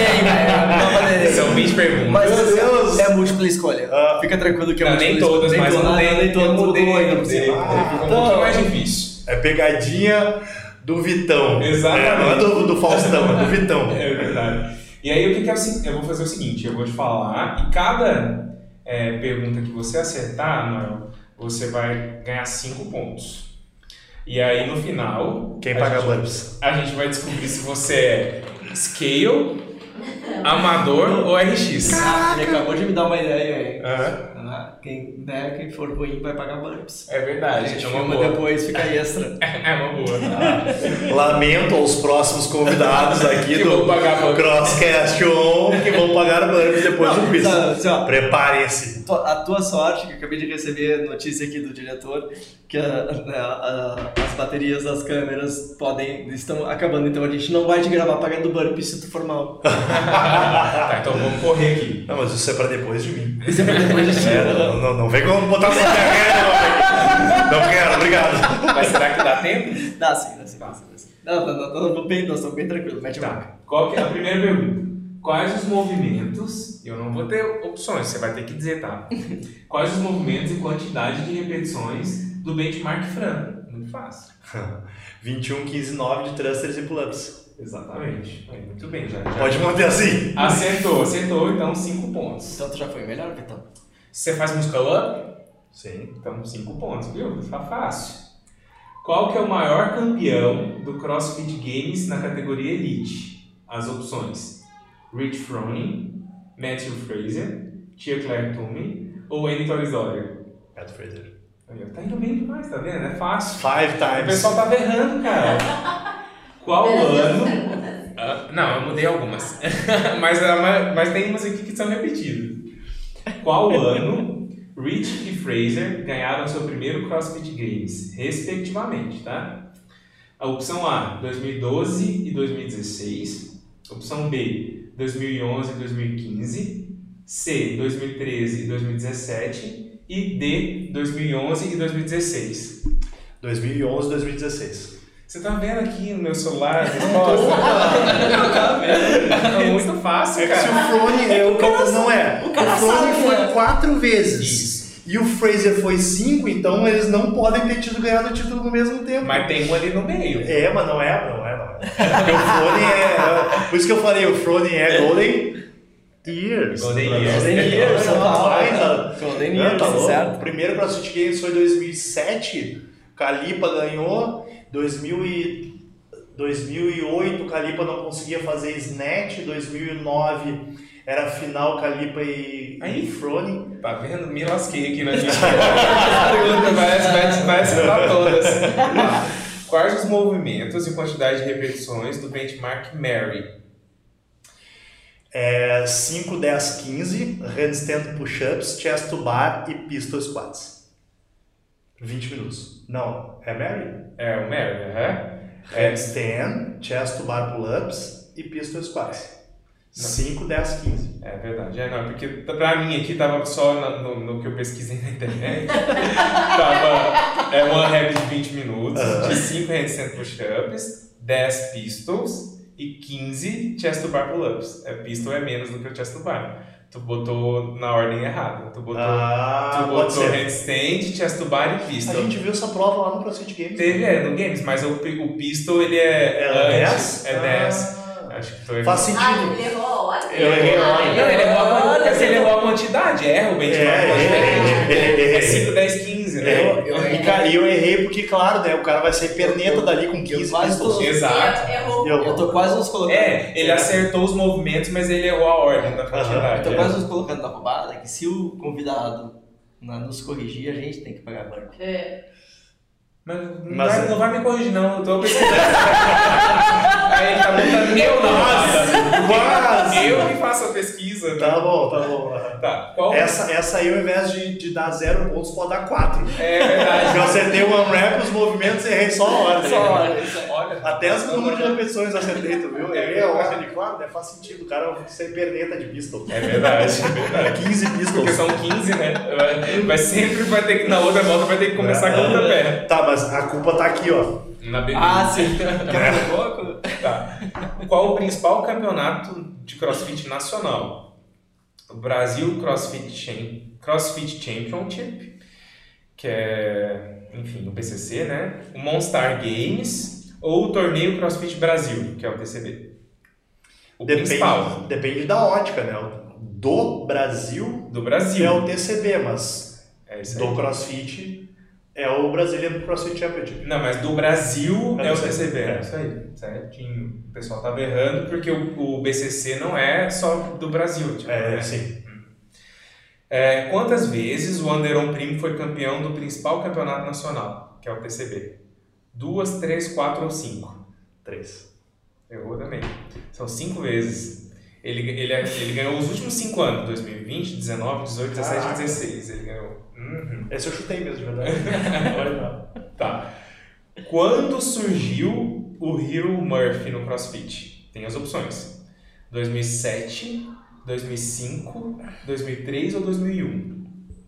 S2: isso.
S1: São vinte perguntas.
S3: Mas
S2: Meu Deus.
S3: é múltipla escolha.
S2: Ah.
S3: Fica tranquilo que é
S1: Não,
S3: múltipla
S1: nem todas,
S3: escolha.
S1: mas eu
S3: todas,
S1: mudei,
S3: nem todas,
S1: eu mudei,
S3: mudou ainda
S1: eu
S3: por
S1: mudei.
S3: cima.
S1: Ficou um
S3: Então,
S1: pouquinho mais difícil.
S2: É pegadinha do Vitão.
S1: Exatamente.
S2: É, não é do, do Faustão, é do Vitão.
S1: É verdade. E aí o que, que é o seguinte? Eu vou fazer o seguinte, eu vou te falar e cada é, pergunta que você acertar, Noel, você vai ganhar cinco pontos. E aí no final...
S2: Quem
S1: a
S2: paga
S1: gente,
S2: burps?
S1: A gente vai descobrir se você é scale, amador ou R X.
S3: Ah, ele acabou de me dar uma ideia aí.
S1: Aham.
S3: Ah, quem, né, quem for ruim vai pagar burps.
S1: É
S3: A
S1: verdade,
S3: gente
S1: é uma
S3: filma
S1: boa.
S3: depois, fica extra.
S1: É uma boa.
S2: Lamento aos próximos convidados aqui
S1: Que
S2: do
S1: vão pagar burps.
S2: Crosscast On que vão pagar burps depois do quiz.
S3: Não, assim, ó,
S2: Preparem-se.
S3: Tu- A tua sorte, que eu acabei de receber notícia aqui do diretor, que a- a- a- as baterias das câmeras podem estão acabando, então a gente não vai te gravar pagando burp se tu for mal.
S1: Tá, então vamos correr aqui.
S2: Não, mas isso é pra depois de mim.
S3: Isso é pra depois de ti.
S2: É, não, não, não vem como botar essa carreira, não quero, obrigado.
S1: Mas será que dá tempo?
S3: Dá sim, dá sim. Dá sim, dá sim. Não, não, não, não, não, bem, nós estamos bem tranquilos, mete a boca.
S1: Tá. Qual que é a primeira pergunta? Quais os movimentos, eu não vou ter opções, você vai ter que dizer, tá? Quais os movimentos e quantidade de repetições do benchmark Fran? Muito fácil.
S2: vinte e um, quinze, nove de thrusters e pull-ups.
S1: Exatamente. Aí, muito bem, já. já.
S2: Pode manter assim.
S1: Acertou, acertou, então cinco pontos.
S3: Então tu já foi melhor, Vitão?
S1: Você faz muscle up?
S2: Sim.
S1: Então cinco pontos, viu? Tá fácil. Qual que é o maior campeão do CrossFit Games na categoria Elite? As opções: Rich Froning, Matthew Fraser, Tia Claire Toomey ou Annie Torres-Doria?
S2: Pat Fraser.
S1: Aí, ó, tá indo bem demais, tá vendo? É fácil.
S2: Five
S1: O
S2: times.
S1: pessoal tá errando, cara. Qual
S4: Pelas duas
S1: ano...
S4: perguntas.
S1: Ah, não, eu mudei algumas. mas, ah, mas tem umas aqui que são repetidas. Qual ano Rich e Fraser ganharam seu primeiro CrossFit Games, respectivamente, tá? A opção A, dois mil e doze e dois mil e dezesseis. Opção B, dois mil e onze e dois mil e quinze. C, dois mil e treze e dois mil e dezessete. E D, dois mil e onze e dois mil e dezesseis.
S2: dois mil e onze, dois mil e dezesseis.
S1: Você tá vendo aqui no meu celular a resposta? Não tá vendo? É muito fácil,
S2: É que se
S1: cara.
S2: o Froning é o cara, não é.
S3: o cara
S2: o Froning
S3: sabe,
S2: foi
S3: né?
S2: quatro vezes.
S1: Isso.
S2: E o Fraser foi cinco, então eles não podem ter tido ganhado o título no mesmo tempo.
S1: Mas tem um ali no meio.
S2: É, mas não é, não é, não é. Porque o Froning é. Por isso que eu falei, o Froning é Golden Years.
S1: Golden Years.
S3: Golden Years,
S2: Não,
S3: total.
S2: vai, tá.
S3: Golden
S2: Não,
S3: Years,
S2: tá louco.
S3: certo?
S2: O primeiro CrossFit Games foi em dois mil e sete, Calipa ganhou. dois mil e oito, Calipa não conseguia fazer snatch. dois mil e nove era final Calipa e,
S1: Aí.
S2: e Froning.
S1: Tá vendo? Me lasquei aqui na minha pergunta. Parece, vai, vai acertar todas. Tá. Quais os movimentos e quantidade de repetições do benchmark Mary?
S2: É, cinco, dez, quinze, handstand push-ups, chest to bar e pistol squats. vinte minutos. Não, é Mary?
S1: É o Mary, aham. É,
S2: Handstand, chest to bar pull-ups e pistol squats. cinco, dez, quinze.
S1: é verdade. É, não, porque pra mim aqui tava só na- no, no que eu pesquisei na internet. Tava é, one rep de vinte minutos, de cinco handstand push-ups, dez pistols e quinze chest to bar pull-ups. É, pistol é menos do que o chest to bar. Tu botou na ordem errada. Tu botou,
S2: Ah,
S1: tu
S2: pode
S1: botou
S2: ser.
S1: handstand, chest to bar e
S2: A
S1: pistol.
S2: gente viu essa prova lá no CrossFit Games.
S1: Teve, é, no Games, mas o, pi- o pistol ele é,
S2: É
S1: antes,
S2: dez?
S1: é dez.
S2: Ah.
S1: Acho que tô
S2: Faz
S4: Ah,
S2: sentido.
S4: ele errou a hora?
S2: Eu errei a hora.
S1: Não, ele errou a quantidade, ele errou a quantidade, erra o benchmark.
S2: É,
S1: é, diferente.
S2: é, é, é.
S1: É cinco, dez, quinze, né?
S2: Eu, eu, e, cara, eu errei porque, claro, né, o cara vai sair perneta dali com quinze
S3: quase
S2: pistols.
S3: tô-
S1: Exato.
S4: Errou.
S2: Eu-
S3: Eu tô quase nos colocando.
S1: É, ele acertou os movimentos, mas ele errou a ordem da
S3: Eu
S1: quantidade.
S3: tô
S1: é.
S3: quase nos colocando na roubada que se o convidado né, nos corrigir, a gente tem que pagar burp.
S4: É.
S1: Mas, não,
S2: Mas
S1: vai,
S2: é-
S1: não vai me corrigir, não. Eu tô pesquisando. Aí ele tá botando eu não.
S2: Quase!
S1: Eu que faço a pesquisa. né?
S2: Tá bom, tá bom.
S1: Tá. Qual?
S2: Essa, essa aí, ao invés de, de dar zero pontos, pode dar quatro.
S1: É verdade.
S2: Eu acertei o unwrap, os movimentos e errei só a hora.
S3: Só a hora, isso aí.
S1: Olha.
S2: Até as número de repetições eu acertei, tu viu? Errei a ordem, claro, né? Faz sentido. O cara ser perneta de pistol.
S1: É verdade, é verdade.
S2: quinze
S1: Porque
S2: pistols.
S1: são quinze, né? Vai, vai sempre vai ter que, na outra volta, vai ter que começar com outra perna.
S2: Tá, mas a culpa tá aqui, ó.
S1: Na bebida.
S3: Ah, sim. Quer um pouco?
S1: Tá. Qual o principal campeonato de CrossFit nacional? O Brasil CrossFit, Cham- CrossFit Championship, que é, enfim, o B C C, né? O Monstar Games ou o Torneio CrossFit Brasil, que é o T C B. O
S2: Depende,
S1: principal.
S2: depende da ótica, né? Do Brasil
S1: Do Brasil.
S2: é o T C B, mas
S1: É isso
S2: do
S1: aí.
S2: CrossFit é o Brazilian CrossFit Championship.
S1: Não, mas do Brasil
S2: É
S1: é, o
S2: do
S1: T C B.
S2: é.
S1: É isso aí, certinho. O pessoal tava errando porque o, o B C C não é só do Brasil. Tipo,
S2: É,
S1: né?
S2: sim.
S1: É, quantas vezes o Anderon Primo foi campeão do principal campeonato nacional, que é o T C B? Duas, três, quatro ou cinco?
S2: Três.
S1: Errou também. São cinco vezes. Ele, ele, ele ganhou os últimos cinco anos, dois mil e vinte, dezenove, dezoito, dezessete e dezesseis. Ele ganhou. Uhum.
S2: Esse eu chutei mesmo, de verdade. Olha lá.
S1: Tá. Quando surgiu o Hero Murphy no CrossFit? Tem as opções. dois mil e sete, dois mil e cinco, dois mil e três ou dois mil e um?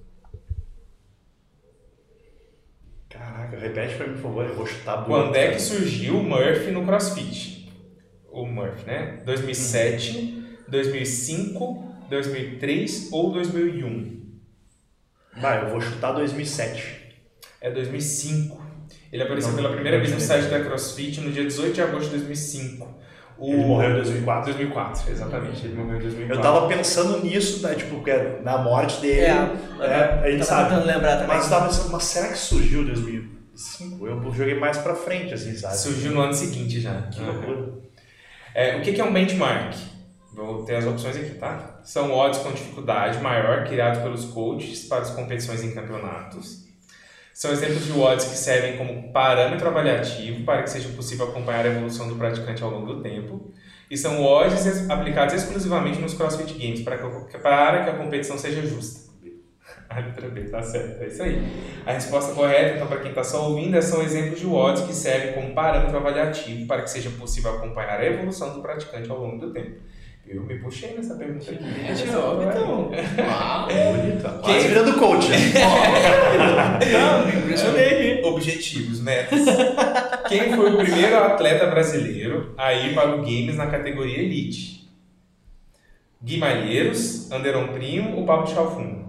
S2: Caraca, repete pra mim, por favor, eu vou chutar.
S1: Quando é que surgiu o Murphy no CrossFit? O Murphy, né? dois mil e sete, dois mil e cinco, dois mil e três ou dois mil e um?
S2: Vai, eu vou chutar dois mil e sete.
S1: É dois mil e cinco. Ele apareceu
S2: Não,
S1: pela primeira
S2: não
S1: vez no
S2: sei.
S1: site da CrossFit no dia dezoito de agosto de dois mil e cinco. O...
S2: Ele morreu em dois mil e quatro.
S1: dois mil e quatro, exatamente. Ele morreu em dois mil e
S2: Eu
S1: quatro.
S2: tava pensando nisso, né, tipo, que é na morte dele.
S3: É,
S2: né, a gente
S3: tava
S2: sabe.
S3: tentando lembrar também.
S2: Mas eu tava pensando, mas será que surgiu em dois mil e cinco? Eu joguei mais pra frente, assim, sabe?
S1: Surgiu no ano seguinte já.
S2: Que loucura.
S1: É, o que que é um benchmark? Vou ter as opções aqui, tá? São odds com dificuldade maior criados pelos coaches para as competições em campeonatos. São exemplos de odds que servem como parâmetro avaliativo para que seja possível acompanhar a evolução do praticante ao longo do tempo. E são odds ex- aplicados exclusivamente nos CrossFit Games para que, para que a competição seja justa. A letra B, tá certo, é isso aí. A resposta correta, então, para quem está só ouvindo, é, são exemplos de odds que servem como parâmetro avaliativo para que seja possível acompanhar a evolução do praticante ao longo do tempo. Eu me puxei nessa pergunta aqui.
S3: Gente, ó, então. Uau.
S2: Bonita. Quase virando coach, né?
S3: Não, me impressionei aqui.
S1: Objetivos, metas. Quem foi o primeiro atleta brasileiro a ir para o Games na categoria Elite? Gui Malheiros, Anderon Primo ou Pablo Chalfun?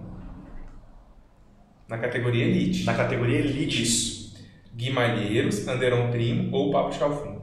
S1: Na categoria Elite.
S2: Na categoria Elite.
S1: Isso. Gui Malheiros, Anderon Primo ou Pablo Chalfun?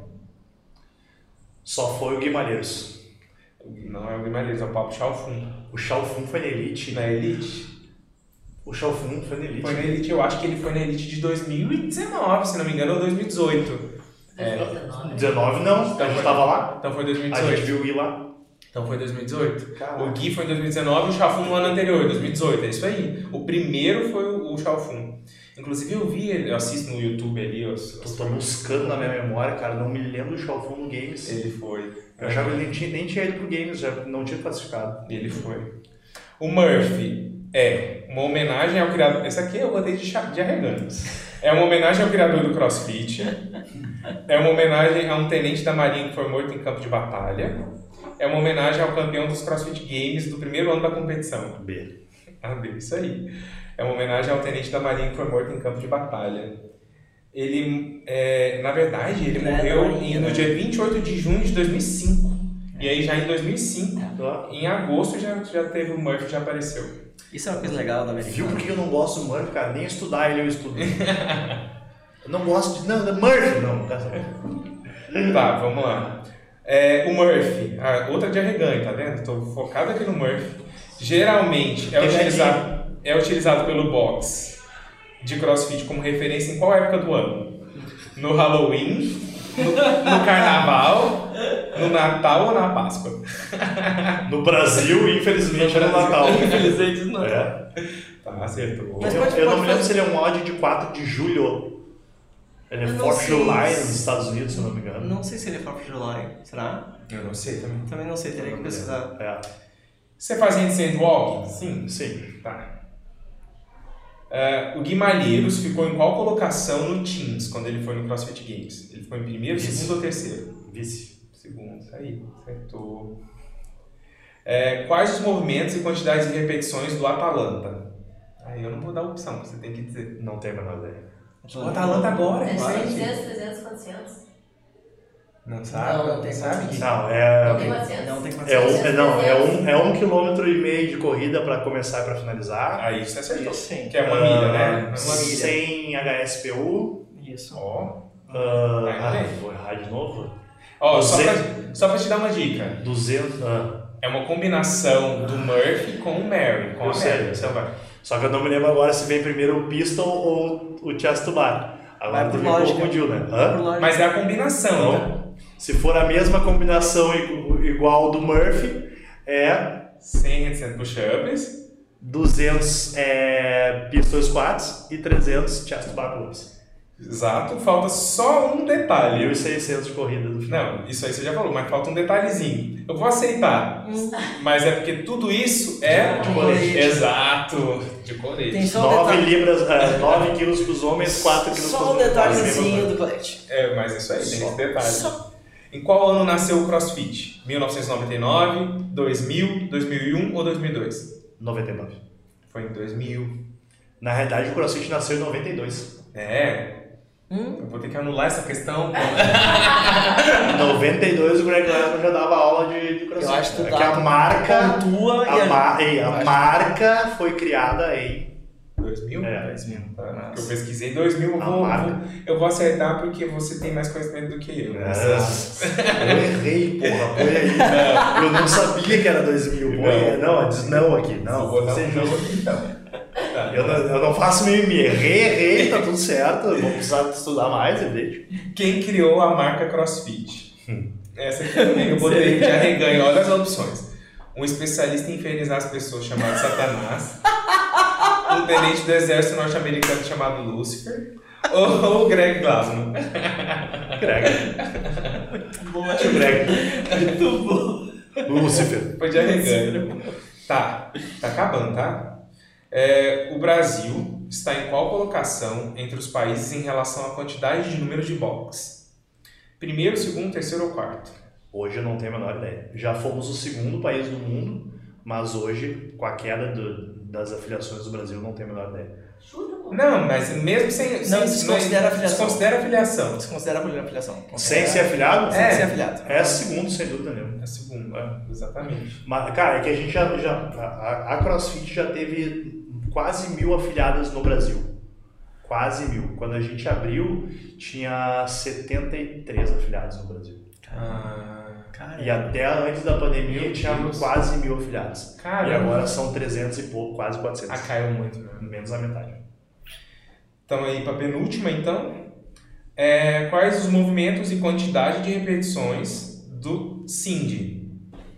S2: Só foi o Guimarães.
S1: Não é o Gui Malheiros, é o Pablo Chalfun.
S2: O Chalfun foi na Elite.
S1: Na Elite?
S2: O Chalfun foi na Elite.
S1: Foi na Elite, eu acho que ele foi na Elite de dois mil e dezenove, se não me engano, ou dois mil e dezoito. É.
S4: dois mil e dezenove.
S2: dezenove não, a gente tava lá.
S1: Então foi dois mil e
S2: A gente
S1: dezoito.
S2: viu o Gui lá.
S1: Então foi dois mil e dezoito.
S2: Caraca.
S1: O Gui foi em dois mil e dezenove e o Chalfun no ano anterior, dois mil e dezoito. É isso aí. O primeiro foi o, o Chalfun. Inclusive eu vi, ele- eu assisto no YouTube ali. Os,
S2: Eu tô buscando na minha memória, cara, não me lembro do Chalfun no Games.
S1: Ele foi.
S2: Eu achava que ele nem tinha, nem tinha ido pro Games, já não tinha classificado.
S1: Ele foi. O Murphy é uma homenagem ao criador. Esse aqui eu botei de, cha- de arreganhos. É uma homenagem ao criador do CrossFit. É uma homenagem a um tenente da Marinha que foi morto em campo de batalha. É uma homenagem ao campeão dos CrossFit Games do primeiro ano da competição.
S2: B.
S1: Ah, B, isso aí. É uma homenagem ao tenente da Marinha que foi morto em campo de batalha. Ele, é, na verdade, ele
S3: Não é
S1: morreu
S3: da Marinha,
S1: em- no
S3: né?
S1: dia vinte e oito de junho de dois mil e cinco. E aí já em dois mil e cinco,
S2: Tá.
S1: em agosto, já, já teve o Murphy, já apareceu.
S3: Isso é uma coisa legal da
S2: Viu
S3: americana.
S2: por que eu não gosto do Murphy, cara? Nem estudar ele eu estudo. Eu não gosto de... Não, não, Murphy não.
S1: Tá, vamos lá. É, o Murphy, ah, outra de arreganho, tá vendo? Estou focado aqui no Murphy. Geralmente é
S2: Pegadinha.
S1: utilizado, é utilizado pelo box de CrossFit como referência em qual época do ano? No Halloween, no, no Carnaval, no Natal ou na Páscoa?
S2: No Brasil, infelizmente, é no Natal.
S3: Infelizmente, não.
S2: É.
S1: Tá, acertou.
S3: Mas
S2: eu
S3: pode-
S2: eu
S3: pode
S2: não me lembro
S3: fazer.
S2: se ele é um odd de quatro de julho. Ele é
S3: Eu não
S2: Fourth of
S3: sei
S2: July
S3: se-
S2: nos Estados Unidos, se eu não me engano.
S3: Não sei se ele é Fourth of July. Será?
S1: Eu não sei também.
S3: Também não sei, teria que pesquisar.
S2: É.
S1: Você faz handstand walking? Sim.
S2: Sim.
S1: Tá. É, o Gui Malheiros ficou em qual colocação no Teams quando ele foi no CrossFit Games? Ele ficou em primeiro,
S2: Vice.
S1: segundo ou terceiro?
S2: Vice.
S1: Segundo, isso aí, acertou. É, quais os movimentos e quantidades de repetições do Atalanta? Aí eu não vou dar opção, você tem que dizer.
S2: Não tem a menor ideia.
S1: O Atalanta agora,
S4: É
S1: recente.
S4: duzentos, trezentos, quatrocentos.
S1: Não sabe?
S3: Não, não tem
S1: sabe?
S3: quatrocentos.
S2: Não, é...
S4: Não tem quatrocentos?
S3: Não tem
S2: É
S3: quatrocentos.
S2: um, é, não, é um, é um quilômetro e meio de corrida para começar e para finalizar.
S1: Aí você acertou.
S3: Isso, sim.
S1: Que é uma milha, né?
S2: Ah,
S1: Uma milha.
S2: Sem H S P U.
S3: Isso.
S1: Ó.
S2: Ah,
S1: Vai,
S2: ah,
S1: vai.
S2: vou errar de novo.
S1: Ó, só pra,
S2: duzentos.
S1: só pra te dar uma dica.
S2: duzentos. Ah,
S1: É uma combinação do Murphy com o Mary. Com
S2: eu
S1: a
S2: sei,
S1: Mary.
S2: eu sei.
S1: Então vai.
S2: Só que eu não me lembro agora se vem primeiro o Piston ou o Chest to Bar. Agora
S3: Vai por
S2: tu me
S3: lógica.
S2: confundiu, né?
S3: Por
S2: Hã?
S3: lógica.
S1: Mas é a combinação.
S2: Então, se for a mesma combinação igu- igual do Murphy, é
S1: cem handstand push-ups.
S2: duzentos é, pistol squats e trezentos chest to bar pull-ups.
S1: Exato. Falta só um detalhe.
S2: mil e seiscentos de corrida do final.
S1: Não, isso aí você já falou, mas falta um detalhezinho. Eu vou aceitar. Mas é porque tudo isso é...
S3: De colete.
S1: Exato. De colete.
S3: Tem só um
S2: nove
S3: detalhe.
S2: libras, é, nove quilos para os homens, quatro quilos para
S3: Só
S2: as
S3: um
S2: mulheres.
S3: detalhezinho do colete.
S1: É, mas isso aí, tem
S3: Só.
S1: esse detalhe.
S3: Só.
S1: Em qual ano nasceu o CrossFit? mil novecentos e noventa e nove, dois mil, dois mil e um ou dois mil e dois?
S2: noventa e nove.
S1: Foi em dois mil.
S2: Na realidade, o CrossFit nasceu em noventa e dois.
S1: É.
S3: Hum?
S1: Eu vou ter que anular essa questão.
S2: Em noventa e dois, o Greg Glassman já dava aula de, de CrossFit.
S3: Eu acho que tu
S2: é
S3: tá-
S2: que a marca,
S3: Pontua e
S2: a,
S3: a-
S2: ma- ei, a
S3: eu acho-
S2: marca foi criada em...
S1: dois mil?
S2: É.
S1: dois mil. Tá.
S3: Nossa.
S1: Eu pesquisei dois mil, eu
S2: A
S1: vou,
S2: marca.
S1: vou- eu vou acertar porque você tem mais conhecimento do que eu.
S2: Nossa, eu errei, porra. Põe aí. Eu não sabia que era dois mil. Põe aí. Não, diz não aqui. Não,
S1: vou dar
S2: você
S1: um
S2: justo.
S1: jogo aqui então. Tá.
S2: Eu não, eu não faço mimimi. Errei, errei, tá tudo certo. Eu vou precisar estudar mais, eu deixo.
S1: Quem criou a marca CrossFit? Essa aqui também eu botei de arreganho. Olha as opções. Um especialista em infernizar as pessoas chamado Satanás. Um tenente do exército norte-americano chamado Lucifer. Ou o Greg Glassman.
S2: Greg.
S3: Boa.
S2: Acho o Greg.
S3: Muito bom.
S2: Lúcifer.
S1: Foi de arreganho. Tá, tá acabando, tá? É, o Brasil está em qual colocação entre os países em relação à quantidade de número de box? Primeiro, segundo, terceiro ou quarto?
S2: Hoje eu não tenho a menor ideia. Já fomos o segundo país do mundo, mas hoje, com a queda do, das afiliações do Brasil, não tenho a menor ideia.
S4: Chuta, pô.
S1: Não, mas mesmo sem... sem
S3: desconsidera a filiação.
S1: Desconsidera a filiação.
S3: Desconsidera a filiação.
S2: Sem ser afiliado?
S3: Sem
S1: É.
S3: ser afiliado.
S2: É segundo, sem dúvida nenhuma.
S1: É segundo, é, exatamente.
S2: Mas, cara, é que a gente já. já a, a CrossFit já teve quase mil afiliadas no Brasil. Quase mil. Quando a gente abriu, tinha setenta e três afiliados no Brasil.
S1: Ah,
S3: Cara,
S2: E até antes da pandemia
S1: Meu
S2: tinha
S1: Deus.
S2: quase mil afiliados.
S1: Cara.
S2: E agora são trezentos e pouco, quase quatrocentos.
S1: ah, caiu muito, né?
S2: Menos da metade.
S1: Estamos aí para a penúltima, então. É, quais os movimentos e quantidade de repetições do Cindy?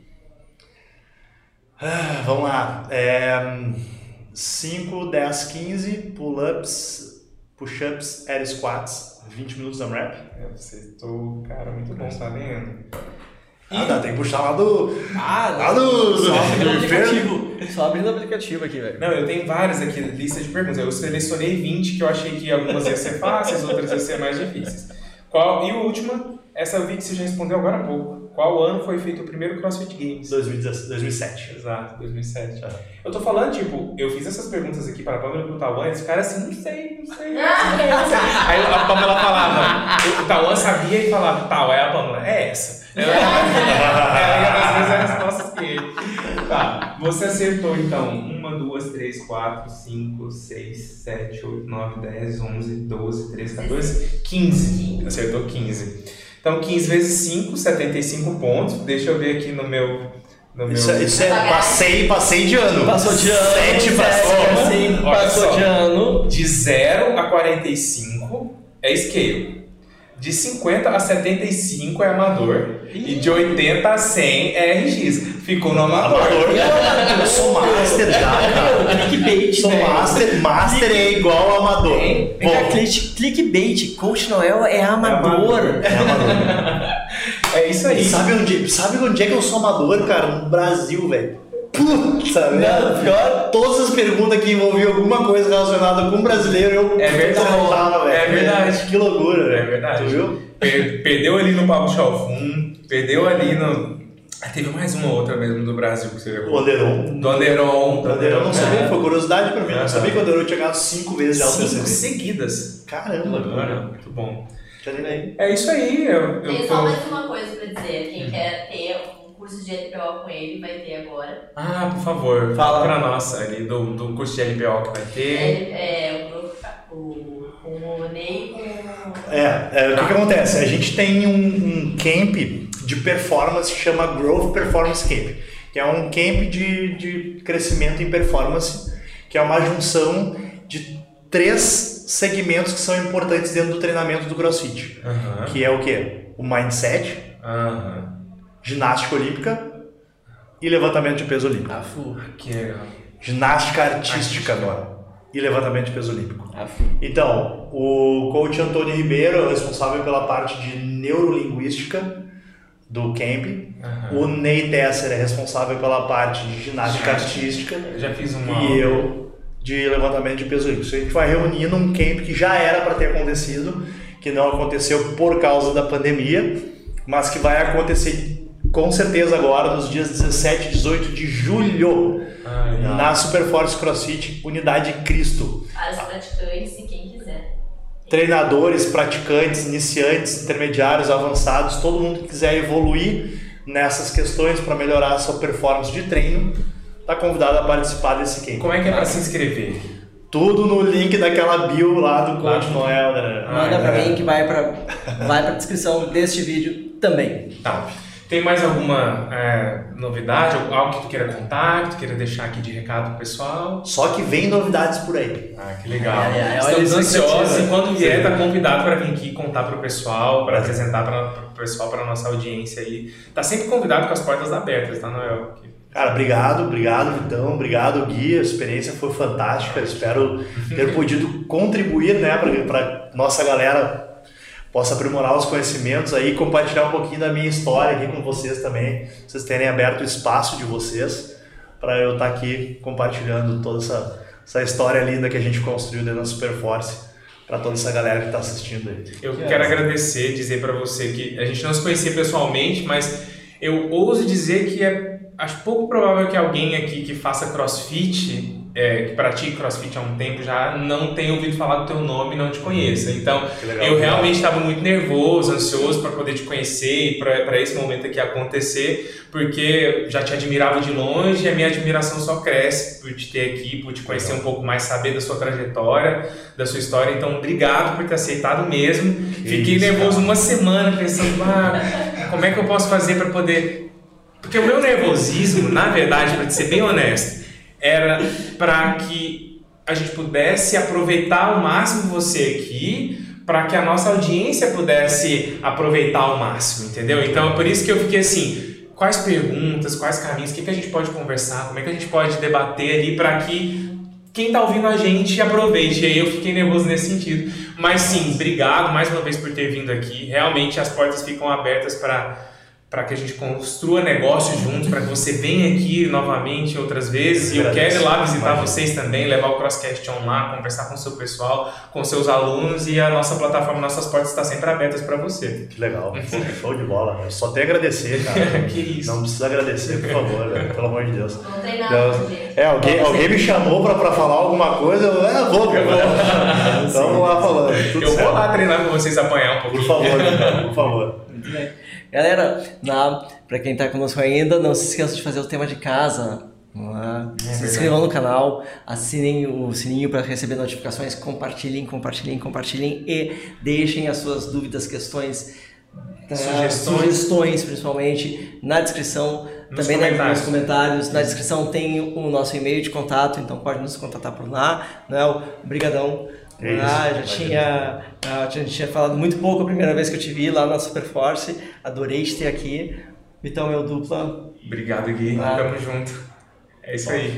S2: Ah, vamos lá. É, cinco, dez, quinze, pull-ups, push-ups, air squats, vinte minutos AMRAP.
S1: É, você estou, cara, muito bom, tá vendo?
S2: Ah, dá, tem que puxar lá do...
S3: Ah,
S2: Ah, do-
S3: só abrindo o
S2: do
S3: aplicativo. Só abrindo o aplicativo aqui, velho.
S1: Não, eu tenho várias aqui, lista de perguntas. Eu selecionei vinte que eu achei que algumas iam ser fáceis, outras iam ser mais difíceis. Qual, e a última, essa eu vi que você já respondeu agora há pouco. Qual ano foi feito o primeiro CrossFit Games?
S2: dois mil e dezessete, dois mil e sete.
S1: Exato, dois mil e sete.
S2: Ah.
S1: Eu tô falando, tipo, eu fiz essas perguntas aqui para a Pamela e pro Tauan, e os caras assim, não sei, não sei.
S4: Ah,
S1: não sei. Aí a Pamela falava, o Tauan sabia e falava, tal, aí a Pamela, é essa. Ela ia às vezes as respostas que ele. Tá, você acertou então uma, duas, três, quatro, cinco, seis, sete, oito, nove, dez, onze, doze, treze, quatorze, quinze. Acertou quinze. Então quinze vezes cinco, setenta e cinco pontos. Deixa eu ver aqui no meu. No meu...
S2: Isso, isso é, passei, passei de ano.
S3: Passou de ano.
S2: Sete
S3: sete,
S2: passou.
S3: assim,
S1: Olha
S3: passou
S1: só.
S3: de ano.
S1: De zero a quarenta e cinco é scale. De cinquenta a setenta e cinco é amador. E de oitenta a cem é R X. Ficou no amador.
S2: Eu sou master já, cara.
S3: Clickbait,
S2: Sou
S3: velho.
S2: master. Master é igual amador.
S1: Hein?
S3: Vem cá,
S2: Bom,
S3: click- clickbait. Coach Noel é amador.
S2: é amador.
S1: É isso aí.
S2: Sabe onde, sabe onde é que eu sou amador, cara? No Brasil, velho. Puta,
S3: Não, pior.
S2: Todas as perguntas que envolviam alguma coisa relacionada com brasileiro, eu
S1: É verdade.
S2: acertava, velho.
S1: É verdade.
S2: Que loucura, velho.
S1: É verdade.
S2: Tu viu?
S1: Per- perdeu ali no Papo Chalfun, perdeu ali no, Teve mais uma outra mesmo do Brasil que você levou.
S2: O Anderon.
S1: Do Anderon.
S2: O Anderon não sabia,
S1: É.
S2: foi curiosidade pra mim. Não
S1: Uhum.
S2: sabia que o Anderon tinha ganhado cinco vezes de
S1: Cinco
S2: Alta C C.
S1: seguidas.
S2: Caramba,
S1: Olha, muito bom.
S2: já nem aí.
S1: É isso aí. Eu, eu
S4: Tem
S1: tô...
S4: só mais uma coisa pra dizer. Quem quer ter um curso de L P O com ele vai ter agora.
S1: Ah, por favor,
S3: Fala.
S1: fala pra nós ali do, do curso de L P O que vai ter.
S4: É, é, o grupo, o, o Ney com...
S2: É, é, o que, que acontece? A gente tem um, um camp de performance que chama Growth Performance Camp, que é um camp de, de crescimento em performance, que é uma junção de três segmentos que são importantes dentro do treinamento do CrossFit,
S1: Aham.
S2: que é o quê? O mindset,
S1: Aham.
S2: ginástica olímpica e levantamento de peso olímpico.
S3: Afu.
S1: Que legal.
S2: Ginástica artística agora e levantamento de peso olímpico.
S3: Afu.
S2: Então, o coach Antônio Ribeiro é o responsável pela parte de neurolinguística do camp.
S1: Aham.
S2: O Ney Tesser é responsável pela parte de ginástica artística.
S1: Eu já fiz uma.
S2: E eu de levantamento de peso olímpico. A gente vai reunir num camp que já era para ter acontecido, que não aconteceu por causa da pandemia, mas que vai acontecer com certeza agora nos dias dezessete e dezoito de julho,
S1: Ah, legal.
S2: na Superforce CrossFit Unidade Cristo.
S4: Para os praticantes e quem quiser.
S2: Treinadores, praticantes, iniciantes, intermediários, avançados, todo mundo que quiser evoluir nessas questões para melhorar a sua performance de treino, está convidado a participar desse camp.
S1: Como é que é pra se inscrever?
S2: Tudo no link daquela bio lá do
S1: Lá
S2: Coach
S1: do-
S2: Noel, né?
S3: Manda
S1: Ah,
S3: pra
S1: é.
S3: mim que vai pra, vai pra descrição deste vídeo também.
S1: Tá. Tem mais alguma é, novidade, algo que tu queira contar, que tu queira deixar aqui de recado pro pessoal?
S2: Só que vem novidades por aí.
S1: Ah, que legal.
S3: É, é, olha
S1: Estamos
S3: a
S1: ansiosos
S3: expectativa.
S1: e quando vier, tá convidado para vir aqui contar pro pessoal, para apresentar para o pessoal, para nossa audiência aí. Tá sempre convidado com as portas abertas, tá, Noel?
S2: Cara, obrigado, obrigado, Vitão, obrigado, Gui. A experiência foi fantástica. Espero ter podido contribuir, né, para nossa galera possa aprimorar os conhecimentos aí, compartilhar um pouquinho da minha história aqui com vocês também. Vocês terem aberto o espaço de vocês para eu estar aqui compartilhando toda essa, essa história linda que a gente construiu dentro da Superforce para toda essa galera que está assistindo aí.
S1: Eu quero agradecer, dizer para você que a gente não se conhecia pessoalmente, mas eu ouso dizer que é acho pouco provável que alguém aqui que faça CrossFit, é, que pratique CrossFit há um tempo já, não tenha ouvido falar do teu nome e não te conheça. Então,
S2: Que legal,
S1: eu
S2: legal.
S1: realmente estava muito nervoso, ansioso para poder te conhecer e para esse momento aqui acontecer, porque já te admirava de longe e a minha admiração só cresce por te ter aqui, por te conhecer um pouco mais, saber da sua trajetória, da sua história. Então, obrigado por ter aceitado mesmo.
S2: Que
S1: Fiquei
S2: isso,
S1: nervoso
S2: cara.
S1: uma semana pensando, ah, como é que eu posso fazer para poder... Porque o meu nervosismo, na verdade, para ser bem honesto, era para que a gente pudesse aproveitar ao máximo você aqui, para que a nossa audiência pudesse aproveitar ao máximo, entendeu? Então é por isso que eu fiquei assim, quais perguntas, quais caminhos, o que, que a gente pode conversar, como é que a gente pode debater ali para que quem está ouvindo a gente aproveite. E aí eu fiquei nervoso nesse sentido. Mas sim, obrigado mais uma vez por ter vindo aqui. Realmente as portas ficam abertas para... para que a gente construa negócios juntos, para que você venha aqui novamente outras vezes. E eu quero ir lá visitar vocês também, levar o CrossCast On lá, conversar com o seu pessoal, com seus alunos, e a nossa plataforma, nossas portas estão sempre abertas para você.
S2: Que legal, pô, show de bola. Eu só tenho a agradecer, cara.
S1: Que isso.
S2: Não precisa agradecer, por favor, né? Pelo amor de Deus.
S4: Vamos treinar,
S2: Deus.
S4: gente.
S2: É, alguém, alguém me chamou pra, pra falar alguma coisa, eu é, vou, eu vou. Então vamos lá falando. Tudo
S1: Eu
S2: certo.
S1: vou lá treinar com vocês, apanhar um
S2: Por
S1: pouquinho.
S2: favor, cara, por favor.
S3: Muito bem. Galera, na, pra quem tá conosco ainda, não se esqueça de fazer o tema de casa. Vamos lá.
S1: É
S3: se
S1: verdade.
S3: inscrevam no canal, assinem o sininho para receber notificações, compartilhem, compartilhem, compartilhem e deixem as suas dúvidas, questões, tá?
S1: Sugestões.
S3: sugestões principalmente na descrição,
S1: Nos
S3: também na-
S1: comentários.
S3: nos comentários. Na descrição tem o nosso e-mail de contato, então pode nos contatar por lá. Né? Obrigadão.
S2: É isso,
S3: Ah, já
S2: vai
S3: tinha, ah, já tinha falado muito pouco a primeira vez que eu te vi lá na Superforce. Adorei te ter aqui. Vitão, meu dupla.
S1: Obrigado, Gui.
S3: Ah.
S1: Tamo junto. É isso aí.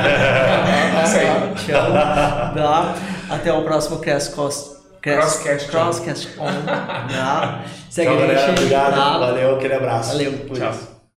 S3: Isso aí. Te amo. Tá? Até o próximo Cast Cost.
S1: Crosscast On.
S3: Crosscast On. Tá? Segue
S2: Tchau,
S3: a
S2: galera.
S3: gente.
S2: Obrigado.
S3: Tá?
S2: Valeu, aquele abraço.
S3: Valeu.
S1: Tchau.